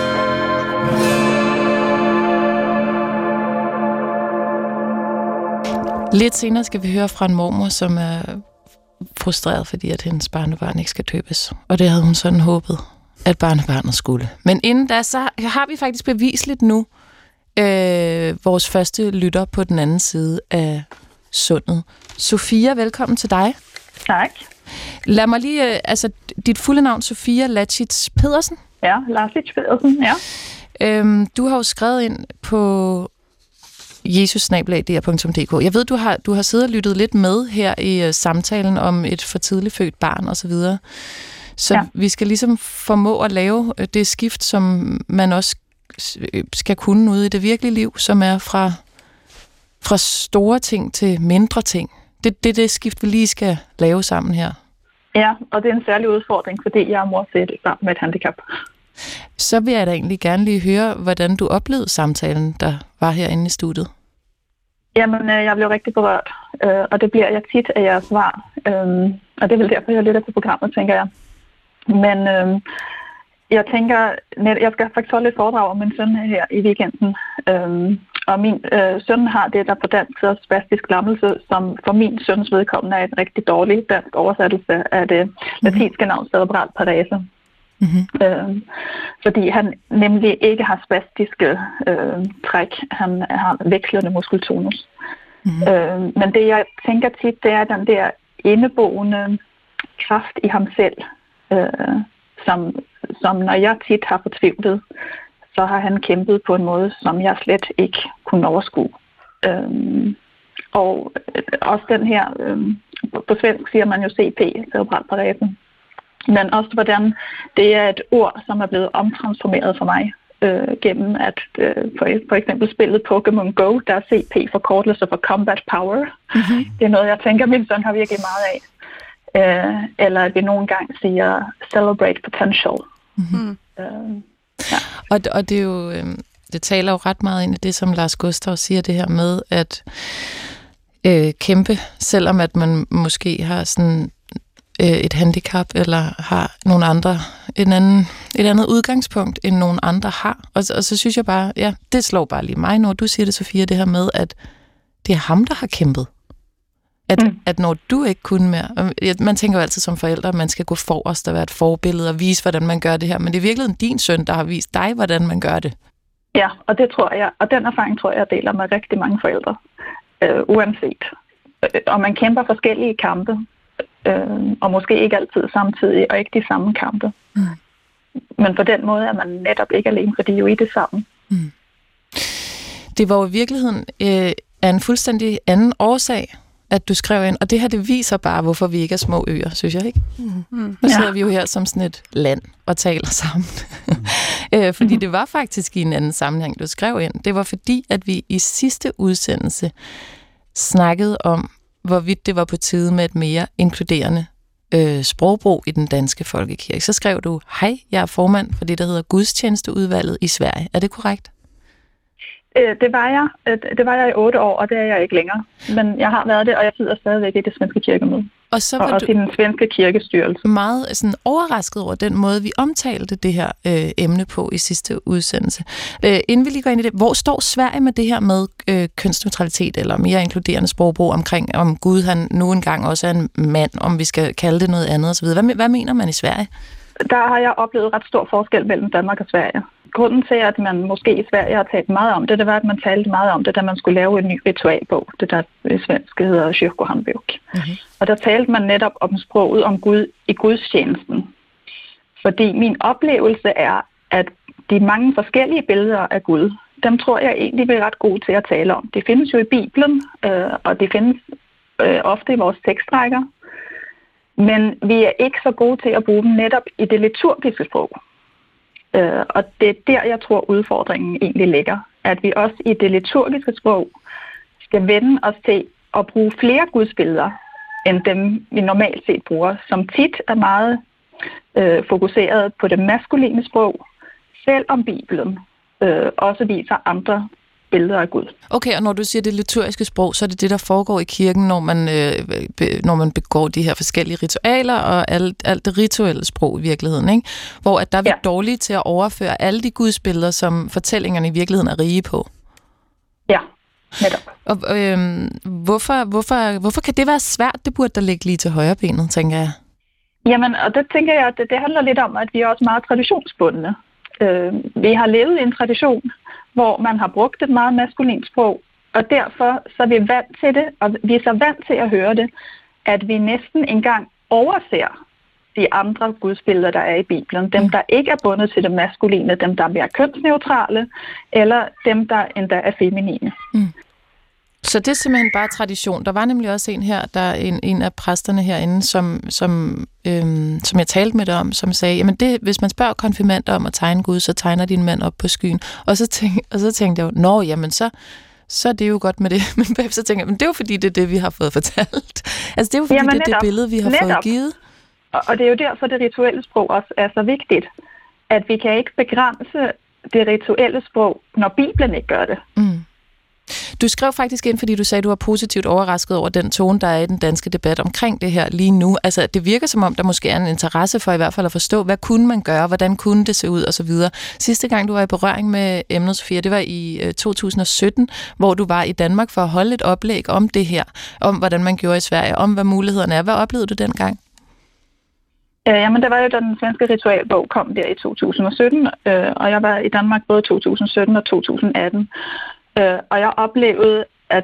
Lidt senere skal vi høre fra en mormor, som er frustreret, fordi at hendes barnebarn ikke skal døbes. Og det havde hun sådan håbet, at barnebarnet skulle. Men inden da, så har vi faktisk bevisligt nu vores første lytter på den anden side af sundet. Sofia, velkommen til dig.
Tak.
Lad mig lige, dit fulde navn, Sofia Lacic Pedersen.
Ja, Lacic Pedersen, ja.
Du har jo skrevet ind på jesus@dr.dk. Jeg ved, du har siddet og lyttet lidt med her i samtalen om et for tidligt født barn osv. Så ja. Vi skal ligesom formå at lave det skift, som man også skal kunne ude i det virkelige liv, som er fra store ting til mindre ting. Det skift, vi lige skal lave sammen her.
Ja, og det er en særlig udfordring, fordi jeg er mor til et barn med et handicap.
Så vil jeg da egentlig gerne lige høre, hvordan du oplevede samtalen, der var herinde i studiet.
Jamen, jeg blev rigtig berørt, og det bliver jeg tit af jeres svar. Og det er vel derfor, jeg lytter til programmet, tænker jeg. Men jeg tænker, jeg skal faktisk holde et foredrag om min søn her i weekenden. Og min søn har det, der på dansk hedder spastisk lammelse, som for min søns vedkommende er en rigtig dårlig dansk oversættelse af det latinske navn cerebral parese. Mm-hmm. Fordi han nemlig ikke har spastiske træk. Han har vekslende muskeltonus. Mm-hmm. Men det, jeg tænker tit, det er den der indeboende kraft i ham selv, som når jeg tit har fortvivlet, så har han kæmpet på en måde, som jeg slet ikke kunne overskue. Og også den her, på svensk siger man jo CP, cerebral parese, men også hvordan det er et ord, som er blevet omtransformeret for mig, gennem at for eksempel spillet Pokémon Go, der er CP forkortelse for Combat Power. Mm-hmm. Det er noget, jeg tænker, min søn har virkelig meget af. Eller at vi nogle gange siger Celebrate Potential. Mm-hmm.
Ja. Og det er jo, det taler jo ret meget ind i det, som Lars Gustav siger, det her med at kæmpe, selvom at man måske har sådan et handicap, eller har nogle andre, et andet udgangspunkt, end nogle andre har. Og så synes jeg bare, ja, det slår bare lige mig, når du siger det, Sofia, det her med, at det er ham, der har kæmpet. At når du ikke kunne mere... Man tænker jo altid som forældre, at man skal gå forrest og være et forbillede og vise, hvordan man gør det her. Men det er virkelig din søn, der har vist dig, hvordan man gør det.
Ja, og det tror jeg, og den erfaring tror jeg deler med rigtig mange forældre. Uanset. Og man kæmper forskellige kampe, og måske ikke altid samtidig, og ikke de samme kampe. Mm. Men på den måde er man netop ikke alene, fordi jo i det sammen. Mm.
Det var jo i virkeligheden af en fuldstændig anden årsag, at du skrev ind, og det her, det viser bare, hvorfor vi ikke er små øer, synes jeg, ikke? Mm. Nu sidder vi jo her som sådan et land og taler sammen. Fordi det var faktisk i en anden sammenhæng, du skrev ind. Det var fordi, at vi i sidste udsendelse snakkede om, hvorvidt det var på tide med et mere inkluderende sprogbrug i den danske folkekirke. Så skrev du, hej, jeg er formand for det, der hedder Gudstjenesteudvalget i Sverige. Er det korrekt?
Det var jeg i 8 år, og det er jeg ikke længere. Men jeg har været det, og jeg sidder stadigvæk i det svenske kirkemøde. Og så var og også i den svenske kirkestyrelse.
Meget sådan overrasket over den måde, vi omtalte det her emne på i sidste udsendelse. Inden vi lige går ind i det, hvor står Sverige med det her med kønsneutralitet, eller mere inkluderende sprogbrug omkring, om Gud han nu engang også er en mand, om vi skal kalde det noget andet osv.? Hvad mener man i Sverige?
Der har jeg oplevet ret stor forskel mellem Danmark og Sverige. grunden til, at man måske i Sverige har talt meget om det, det var, at man talte meget om det, da man skulle lave en ny ritualbog. Det der i svensk hedder Kyrkohandbok. Mm-hmm. Og der talte man netop om sproget om Gud i gudstjenesten. Fordi min oplevelse er, at de mange forskellige billeder af Gud, dem tror jeg egentlig, vi er ret gode til at tale om. De findes jo i Bibelen, og de findes ofte i vores tekstrækker. Men vi er ikke så gode til at bruge dem netop i det liturgiske sprog. Og det er der, jeg tror, udfordringen egentlig ligger. At vi også i det liturgiske sprog skal vende os til at bruge flere gudsbilleder, end dem vi normalt set bruger, som tit er meget fokuseret på det maskuline sprog, selvom Bibelen også viser andre billeder af Gud.
Okay, og når du siger det liturgiske sprog, så er det det, der foregår i kirken, når man begår de her forskellige ritualer og alt det rituelle sprog i virkeligheden, ikke? Hvor at der er vi dårlige til at overføre alle de gudsbilleder, som fortællingerne i virkeligheden er rige på.
Ja, netop.
Og hvorfor kan det være svært? Det burde der ligge lige til højre benet, tænker jeg. Jamen,
og det tænker jeg, at det handler lidt om, at vi er også meget traditionsbundne. Vi har levet i en tradition, hvor man har brugt et meget maskulint sprog, og derfor så er vi vant til det, og vi er så vant til at høre det, at vi næsten engang overser de andre gudsbilleder, der er i Bibelen. Dem, der ikke er bundet til det maskuline, dem, der er mere kønsneutrale, eller dem, der endda er feminine. Mm.
Så det er simpelthen bare tradition. Der var nemlig også en her, der er en af præsterne herinde, som jeg talte med dig om, som sagde, jamen hvis man spørger konfirmander om at tegne Gud, så tegner din mand op på skyen. Og så tænkte jeg jo, jamen så er det jo godt med det. Men bagefter tænkte jeg, men det er jo fordi, det er det, vi har fået fortalt. Altså det er jo fordi, det er det billede, vi har fået givet.
Og det er jo derfor, det rituelle sprog også er så vigtigt, at vi kan ikke begrænse det rituelle sprog, når Bibelen ikke gør det. Mm.
Du skrev faktisk ind, fordi du sagde, at du var positivt overrasket over den tone, der er i den danske debat omkring det her lige nu. Altså, det virker som om, der måske er en interesse for i hvert fald at forstå, hvad kunne man gøre, hvordan kunne det se ud osv. Sidste gang, du var i berøring med emnet, Sofia, det var i 2017, hvor du var i Danmark for at holde et oplæg om det her, om hvordan man gjorde i Sverige, om hvad mulighederne er. Hvad oplevede du dengang?
Jamen, det var jo, da den svenske ritualbog kom der i 2017, og jeg var i Danmark både 2017 og 2018. Og jeg oplevede,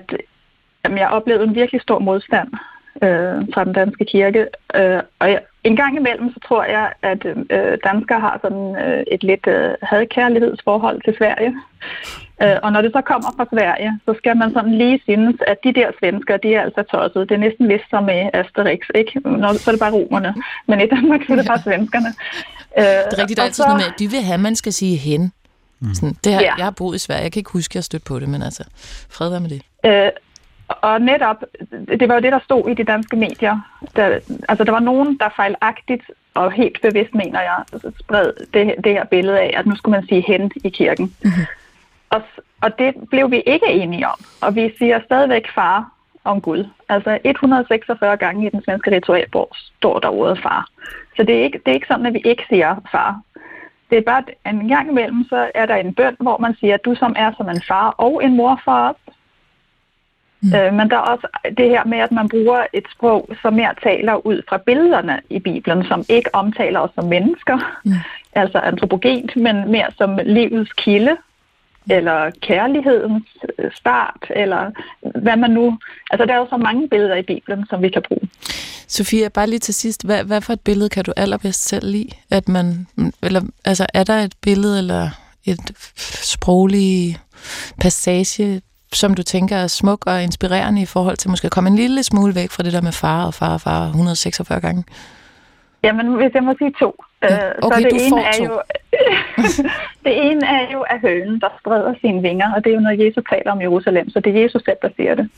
en virkelig stor modstand fra den danske kirke. Og en gang imellem, så tror jeg, at danskere har sådan et lidt hadkærlighedsforhold til Sverige. Og når det så kommer fra Sverige, så skal man sådan lige synes, at de der svenskere, de er altså tosset. Det er næsten vist som med Asterix, ikke? Så er det bare romerne. Men i Danmark, så er det bare svenskerne.
Det er rigtigt, der er altid sådan noget med, at de vil have, man skal sige hen. Sådan, det her, jeg har boet i Sverige. Jeg kan ikke huske, at jeg stødte på det, men altså, fred være med det.
Og netop, det var jo det, der stod i de danske medier. Der var nogen, der fejlagtigt og helt bevidst, mener jeg, spred det her billede af, at nu skulle man sige hen i kirken. Mm-hmm. Og det blev vi ikke enige om. Og vi siger stadigvæk far om Gud. Altså 146 gange i den svenske ritualbog står der ordet far. Så det er ikke sådan, at vi ikke siger far. Det er bare, at en gang imellem, så er der en bøn, hvor man siger, at du som er som en far og en mor for os. Mm. Men der er også det her med, at man bruger et sprog, som mere taler ud fra billederne i Bibelen, som ikke omtaler os som mennesker, altså antropogent, men mere som livets kilde, eller kærlighedens start, eller hvad man nu... Altså, der er jo så mange billeder i Bibelen, som vi kan bruge.
Sofia, bare lige til sidst, hvad for et billede kan du allerbedst selv lide? At man, eller, altså, er der et billede eller et sproglig passage, som du tænker er smuk og inspirerende i forhold til måske at komme en lille smule væk fra det der med far og far 146 gange?
Jamen, hvis jeg må sige 2.
Okay, så det ene er
jo det ene er jo af hønen, der spreder sine vinger, og det er jo når Jesus taler om Jerusalem, så det er Jesus selv, der siger det.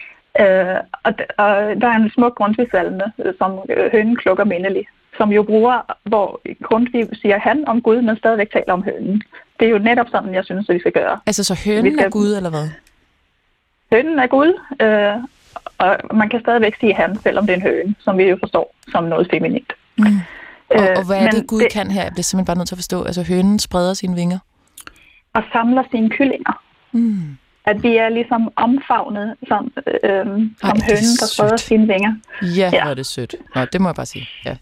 Og der er en smuk Grundtvig-salme, som hønen klukker mindelig, som jo bruger, hvor Grundtvig siger han om Gud, men stadigvæk taler om hønen. Det er jo netop sådan, jeg synes, at vi skal gøre.
Altså så hønen er Gud, eller hvad?
Hønen er Gud, og man kan stadigvæk sige han, selvom det er en høne, som vi jo forstår som noget feminint.
Mm. Og hvad er det, Gud kan her? Jeg bliver simpelthen bare nødt til at forstå. Altså hønen spreder sine vinger.
Og samler sine kyllinger.
Mm.
At vi er ligesom omfavnet som hønen, der spreder sine vinger.
Ja, hvor er det sødt. Nå, det må jeg bare sige. Ja.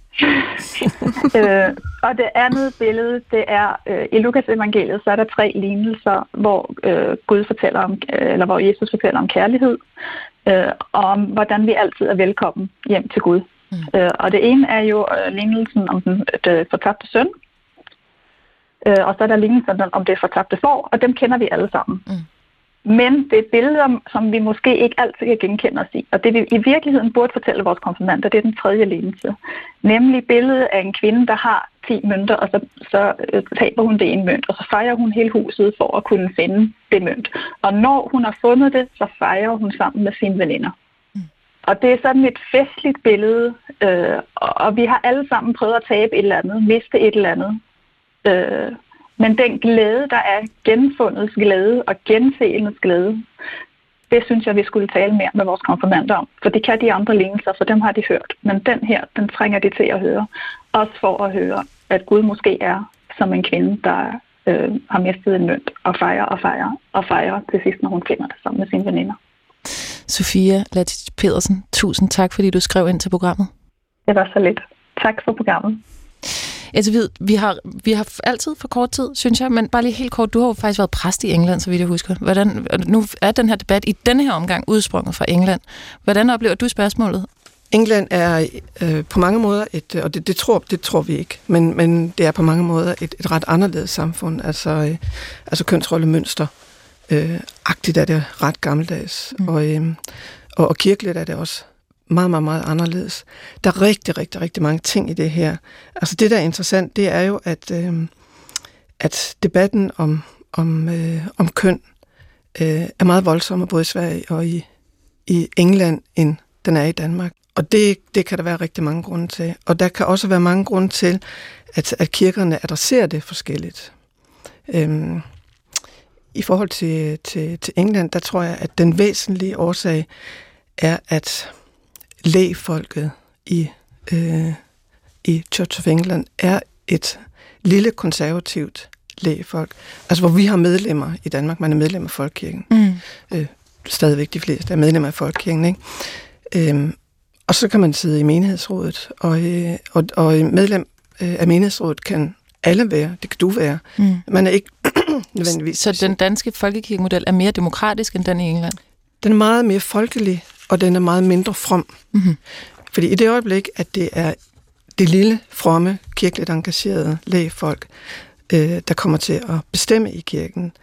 Og det andet billede, det er i Lukas evangeliet, så er der 3 lignelser, hvor Gud fortæller om, eller hvor Jesus fortæller om kærlighed, og om hvordan vi altid er velkommen hjem til Gud. Og det ene er jo lignelsen om den fortabte søn, og så er der lignelsen om det fortabte får, og dem kender vi alle sammen. Men det er billeder, som vi måske ikke altid kan genkende os i. Og det vi i virkeligheden burde fortælle vores konfirmander, det er den 3. lignelse. Nemlig billedet af en kvinde, der har 10 mønter, og så taber hun det en mønt, og så fejrer hun hele huset for at kunne finde det mønt. Og når hun har fundet det, så fejrer hun sammen med sine veninder. Og det er sådan et festligt billede, og vi har alle sammen prøvet at tabe et eller andet, miste et eller andet. Men den glæde, der er genfundets glæde og genseendets glæde, det synes jeg, vi skulle tale mere med vores konfirmander om. For det kan de andre lignelser, for dem har de hørt. Men den her, den trænger de til at høre. Også for at høre, at Gud måske er som en kvinde, der har mistet en mønt og fejrer til sidst, når hun finder det sammen med sine veninder.
Sofia Latic Pedersen, tusind tak, fordi du skrev ind til programmet.
Det var så lidt. Tak for programmet.
Altså, vi har altid for kort tid, synes jeg, men bare lige helt kort, du har jo faktisk været præst i England, så vidt jeg husker. Nu er den her debat i denne her omgang udsprunget fra England. Hvordan oplever du spørgsmålet?
England er på mange måder og det tror vi ikke, men det er på mange måder et ret anderledes samfund. Altså kønsrollemønster. Agtigt er det ret gammeldags, og kirkeligt er det også meget, meget, meget anderledes. Der er rigtig, rigtig, rigtig mange ting i det her. Altså det, der er interessant, det er jo, at debatten om køn er meget voldsommere både i Sverige og i England, end den er i Danmark. Og det kan der være rigtig mange grunde til. Og der kan også være mange grunde til, at kirkerne adresserer det forskelligt. I forhold til England, der tror jeg, at den væsentlige årsag er, at lægfolket i Church of England er et lille konservativt lægfolk. Altså, hvor vi har medlemmer i Danmark. Man er medlem af Folkekirken. Stadigvæk de fleste er medlemmer af Folkekirken, ikke? Og så kan man sidde i menighedsrådet, og medlem af menighedsrådet kan alle være. Det kan du være. Man er ikke nødvendigvis.
Så den danske folkekirkemodel er mere demokratisk end den i England?
Den er meget mere folkelig, og den er meget mindre from. Fordi i det øjeblik, at det er det lille, fromme, kirkeligt engagerede lægefolk, der kommer til at bestemme i kirken,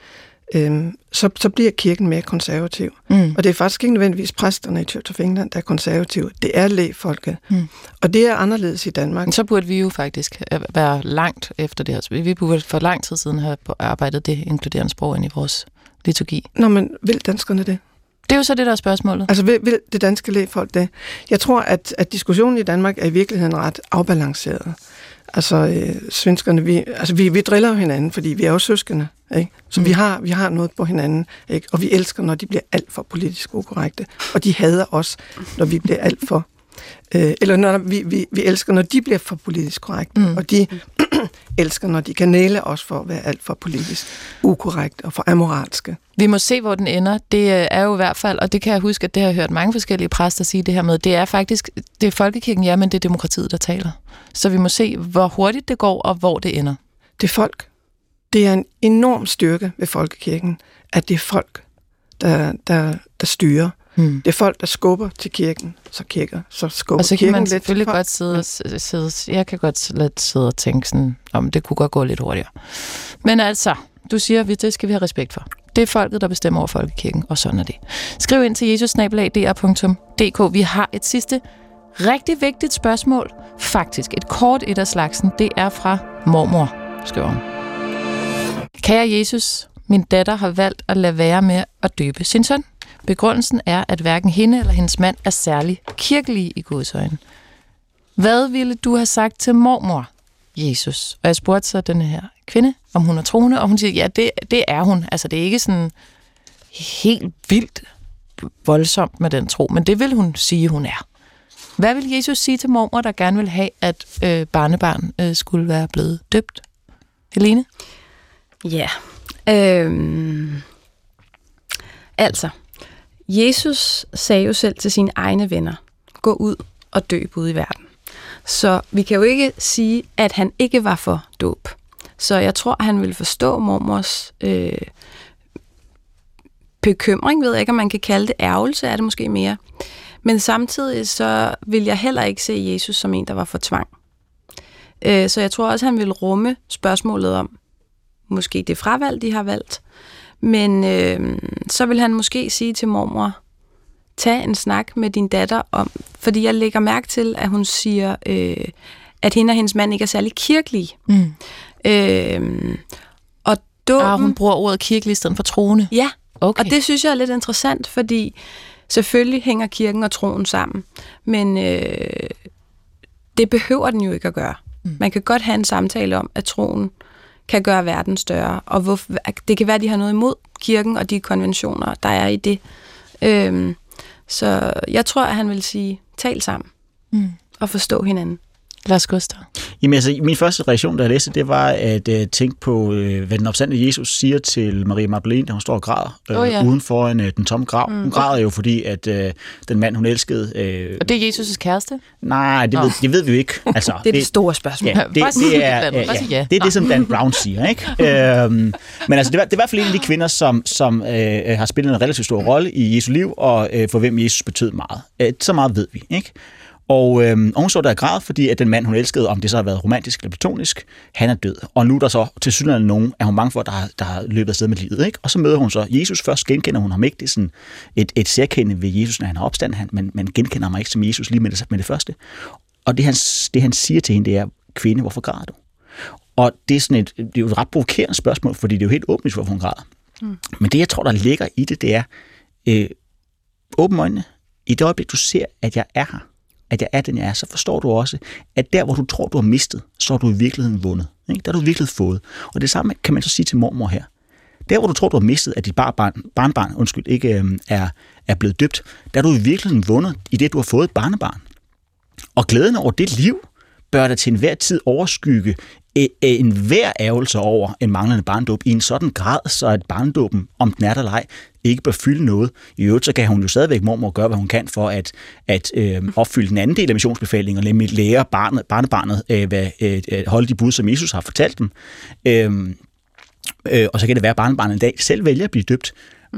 så bliver kirken mere konservativ. Og det er faktisk ikke nødvendigvis præsterne i Church of England, der er konservative. Det er lægefolket. Og det er anderledes i Danmark.
Så burde vi jo faktisk være langt efter det her. Vi burde for lang tid siden have arbejdet det inkluderende sprog ind i vores liturgi.
Nå, men vil danskerne det?
Det er jo så det, der er spørgsmålet.
Altså, vil det danske lægefolk det? Jeg tror, at diskussionen i Danmark er i virkeligheden ret afbalanceret. Altså, svenskerne, vi driller jo hinanden, fordi vi er jo søskende, ikke? Så vi har noget på hinanden, ikke? Og vi elsker, når de bliver alt for politisk ukorrekte. Og de hader os, når vi bliver alt for... eller når vi elsker, når de bliver for politisk korrekte. Og de elsker, når de kan næle os for at være alt for politisk ukorrekte og for amoralske.
Vi må se, hvor den ender. Det er jo i hvert fald, og det kan jeg huske, at det har jeg hørt mange forskellige præster sige det her med, det er faktisk, det er folkekirken, ja, men det er demokratiet, der taler. Så vi må se, hvor hurtigt det går, og hvor det ender.
Det er folk. Det er en enorm styrke ved folkekirken, at det er folk, der styrer. Det er folk, der skubber til kirken, så skubber kirken lidt. Og så kan man
selvfølgelig godt sidde, jeg kan godt lidt sidde og tænke sådan, om det kunne godt gå lidt hurtigere. Men altså, du siger, at det skal vi have respekt for. Det er folket, der bestemmer over folkekirken, og sådan er det. Skriv ind til jesus@dr.dk. Vi har et sidste rigtig vigtigt spørgsmål. Faktisk et kort et af slagsen. Det er fra mormor, skriver hun. Kære Jesus, min datter har valgt at lade være med at døbe sin søn. Begrundelsen er, at hverken hende eller hendes mand er særlig kirkelige i Guds øjne. Hvad ville du have sagt til mormor, Jesus? Og jeg spurgte så den her kvinde, om hun er troende, og hun siger, ja, det er hun. Altså, det er ikke sådan helt vildt voldsomt med den tro, men det vil hun sige, hun er. Hvad vil Jesus sige til mormor, der gerne vil have, at barnebarn skulle være blevet døbt? Helene?
Ja. Altså, Jesus sagde jo selv til sine egne venner, gå ud og døb ude i verden. Så vi kan jo ikke sige, at han ikke var for dåb. Så jeg tror, han ville forstå mormors bekymring, ved jeg ikke, om man kan kalde det ærgelse, er det måske mere. Men samtidig så vil jeg heller ikke se Jesus som en, der var for tvang. Så jeg tror også, han vil rumme spørgsmålet om, måske det fravalg, de har valgt. Men så vil han måske sige til mormor, tag en snak med din datter om, fordi jeg lægger mærke til, at hun siger, at hende og hendes mand ikke er særlig kirkelige. Og dåben,
hun bruger ordet kirkelig i stedet for troende.
Ja,
okay.
Og det synes jeg er lidt interessant, fordi selvfølgelig hænger kirken og troen sammen, men det behøver den jo ikke at gøre. Man kan godt have en samtale om, at troen kan gøre verden større, og det kan være, at de har noget imod kirken og de konventioner, der er i det. Så jeg tror, at han vil sige, tal sammen og forstå hinanden.
Lars Gustav.
Jamen altså, min første reaktion, da jeg læste, det var at tænke på, hvad den opstandede Jesus siger til Maria Magdalene, da hun står og græder uden foran den tomme grav. Hun græder jo, fordi at den mand, hun elskede...
og det er Jesus' kæreste?
Nej, det ved vi jo ikke. Altså,
det er det store spørgsmål.
Ja, det er det, som Dan Brown siger, ikke? Men altså, det er i hvert fald en af de kvinder, som har spillet en relativt stor rolle i Jesu liv, og for hvem Jesus betød meget. Så meget ved vi, ikke? Og hun så der græd, fordi at den mand, hun elskede, om det så har været romantisk eller platonisk, han er død. Og nu er der så til synligheden nogen, er hun bange for, der har løbet afsted med livet. Ikke? Og så møder hun så Jesus. Først genkender hun ham ikke. Det er sådan et særkende ved Jesus, når han har opstand. Man genkender mig ikke som Jesus lige med det første. Og det han siger til hende, det er, kvinde, hvorfor græder du? Og det er jo et ret provokerende spørgsmål, fordi det er jo helt åbent, hvorfor hun græder. Men det, jeg tror, der ligger i det, det er åbne øjnene. I det øjeblik, du ser, at jeg er her, at jeg er den, jeg er, så forstår du også, at der, hvor du tror, du har mistet, så har du i virkeligheden vundet. Ikke? Der har du virkelig fået. Og det samme kan man så sige til mormor her. Der, hvor du tror, du har mistet, at dit barnbarn ikke er blevet døbt, der har du i virkeligheden vundet, i det, du har fået et barnebarn. Og glæden over det liv, bør der til enhver tid overskygge enhver ærgelse over en manglende barndåb i en sådan grad, så at barndåben, om den er der eller ej, ikke bør fylde noget. I øvrigt, så kan hun jo stadigvæk mormor gøre, hvad hun kan for at opfylde den anden del af missionsbefalingen, og nemlig lære barnebarnet holde de bud, som Jesus har fortalt dem. Og så kan det være, at barnebarnet en dag selv vælger at blive døbt.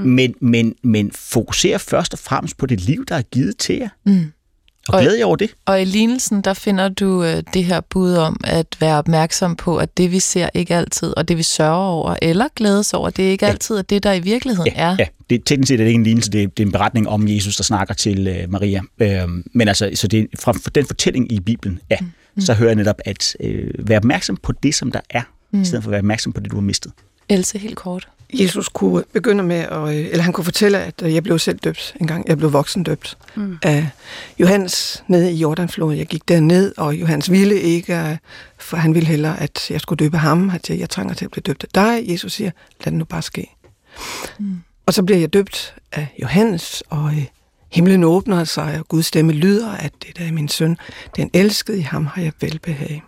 Men fokuser først og fremmest på det liv, der er givet til jer. Og glæder jeg over det.
Og i lignelsen, der finder du det her bud om at være opmærksom på, at det vi ser ikke altid, og det vi sørger over, eller glædes over, det er ikke altid at det, der i virkeligheden er. Ja,
det, teknisk set er det ikke en lignelse, det er en beretning om Jesus, der snakker til Maria. Men altså, så det, fra den fortælling i Bibelen, så hører jeg netop at være opmærksom på det, som der er, i stedet for at være opmærksom på det, du har mistet.
Else, helt kort.
Jesus kunne begynde med, eller han kunne fortælle, at jeg blev selv døbt en gang. Jeg blev voksen døbt af Johannes nede i Jordanfloden. Jeg gik derned, og Johannes ville ikke, for han ville hellere, at jeg skulle døbe ham. At jeg trænger til at blive døbt af dig. Jesus siger, lad det nu bare ske. Og så bliver jeg døbt af Johannes, og himlen åbner sig, og Guds stemme lyder, at det der er min søn. Den elskede, i ham har jeg velbehag.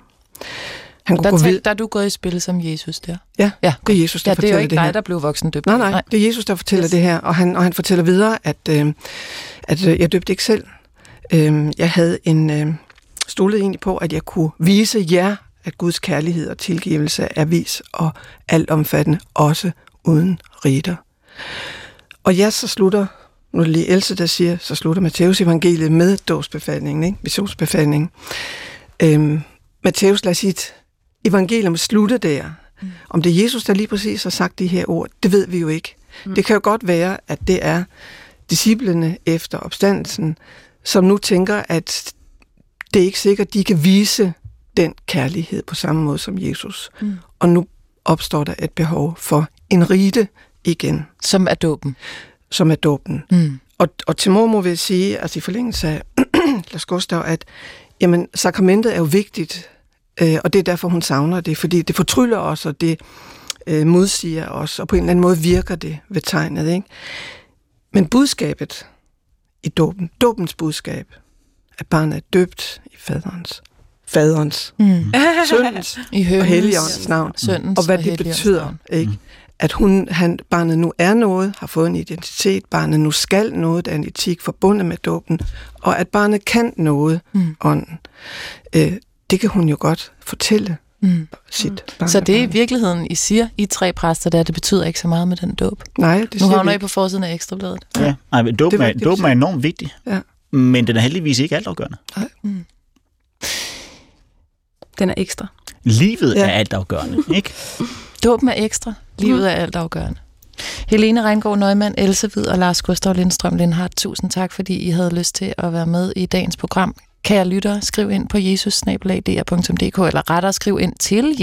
Der er du gået i spil som Jesus der?
Ja, det er Jesus, der fortæller det her.
Det er jo ikke dig, der blev voksen døbt.
Nej, det er Jesus, der fortæller det her, og han fortæller videre, at jeg døbte ikke selv. Jeg havde stolet egentlig på, at jeg kunne vise jer, at Guds kærlighed og tilgivelse er vis og altomfattende, også uden ritter. Og så slutter, nu er det lige Else, der siger, så slutter Matteus evangeliet med dåbsbefalingen, ikke? Missionsbefalingen. Matteus, lad os sige, evangelium slutter der. Om det er Jesus, der lige præcis har sagt de her ord, det ved vi jo ikke. Det kan jo godt være, at det er disciplene efter opstandelsen, som nu tænker, at det er ikke sikkert, de kan vise den kærlighed på samme måde som Jesus. Og nu opstår der et behov for en rite igen.
Som er dåben.
Som er dåben. Og til mormor vil jeg sige, altså i forlængelse af Lars Gustav, at jamen, sakramentet er jo vigtigt, og det er derfor, hun savner det, fordi det fortryller os, og det modsiger os, og på en eller anden måde virker det ved tegnet, ikke? Men budskabet i dåben, dåbens budskab, at barnet er døbt i faderens, søndens
i
og helligåndens navn,
søndens
og hvad det betyder, ikke? at barnet nu er noget, har fået en identitet, barnet nu skal noget, der er en etik forbundet med dåben, og at barnet kan noget, ånden. Det kan hun jo godt fortælle sit barn.
Så det er i virkeligheden, I siger, I 3 præster der, det betyder ikke så meget med den dåb?
Nej, det
nu
siger
havner I på forsiden af Ekstrabladet.
Ja, dåben er enormt vigtig, men den er heldigvis ikke altafgørende.
Nej.
Den er ekstra.
Livet er altafgørende, ikke?
Dåben er ekstra, livet er altafgørende. Helene Reingård Neumann, Else Hvid og Lars Gustav Lindstrøm Lindhardt, tusind tak, fordi I havde lyst til at være med i dagens program. Kære lyttere, skriv ind på jesus@dr.dk, eller rettere skriv ind til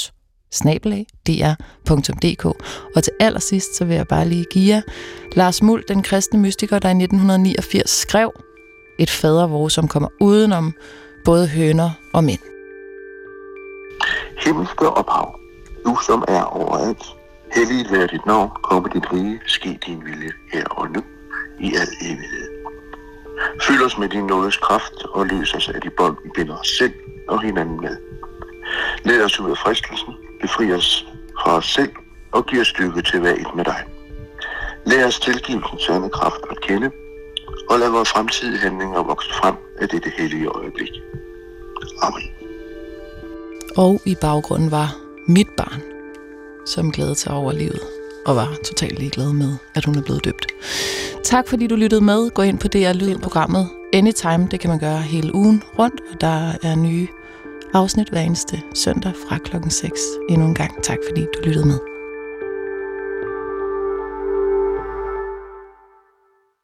jesus@dr.dk. Og til allersidst, så vil jeg bare lige give jer Lars Muhl, den kristne mystiker, der i 1989 skrev et fadervor, som kommer udenom både høner og mænd.
Himmelske ophav, du som er overalt, helliget være dit navn, komme dit rige, ske din vilje her og nu, i al evighed. Fyld os med din nådes kraft og løs os af de bånd, vi binder os selv og hinanden med. Led os ud af fristelsen, befri os fra os selv og giv os styrke til at være et med dig. Lad os tilgivelsens sande kraft at kende, og lad vores fremtidige handlinger vokse frem af dette hellige øjeblik. Amen.
Og i baggrunden var mit barn, som glædede sig over livet og var totalt ligeglad med, at hun er blevet døbt. Tak fordi du lyttede med. Gå ind på DR Lyd-programmet Anytime. Det kan man gøre hele ugen rundt, og der er nye afsnit hver eneste søndag fra klokken 6. Endnu en gang tak fordi du lyttede med.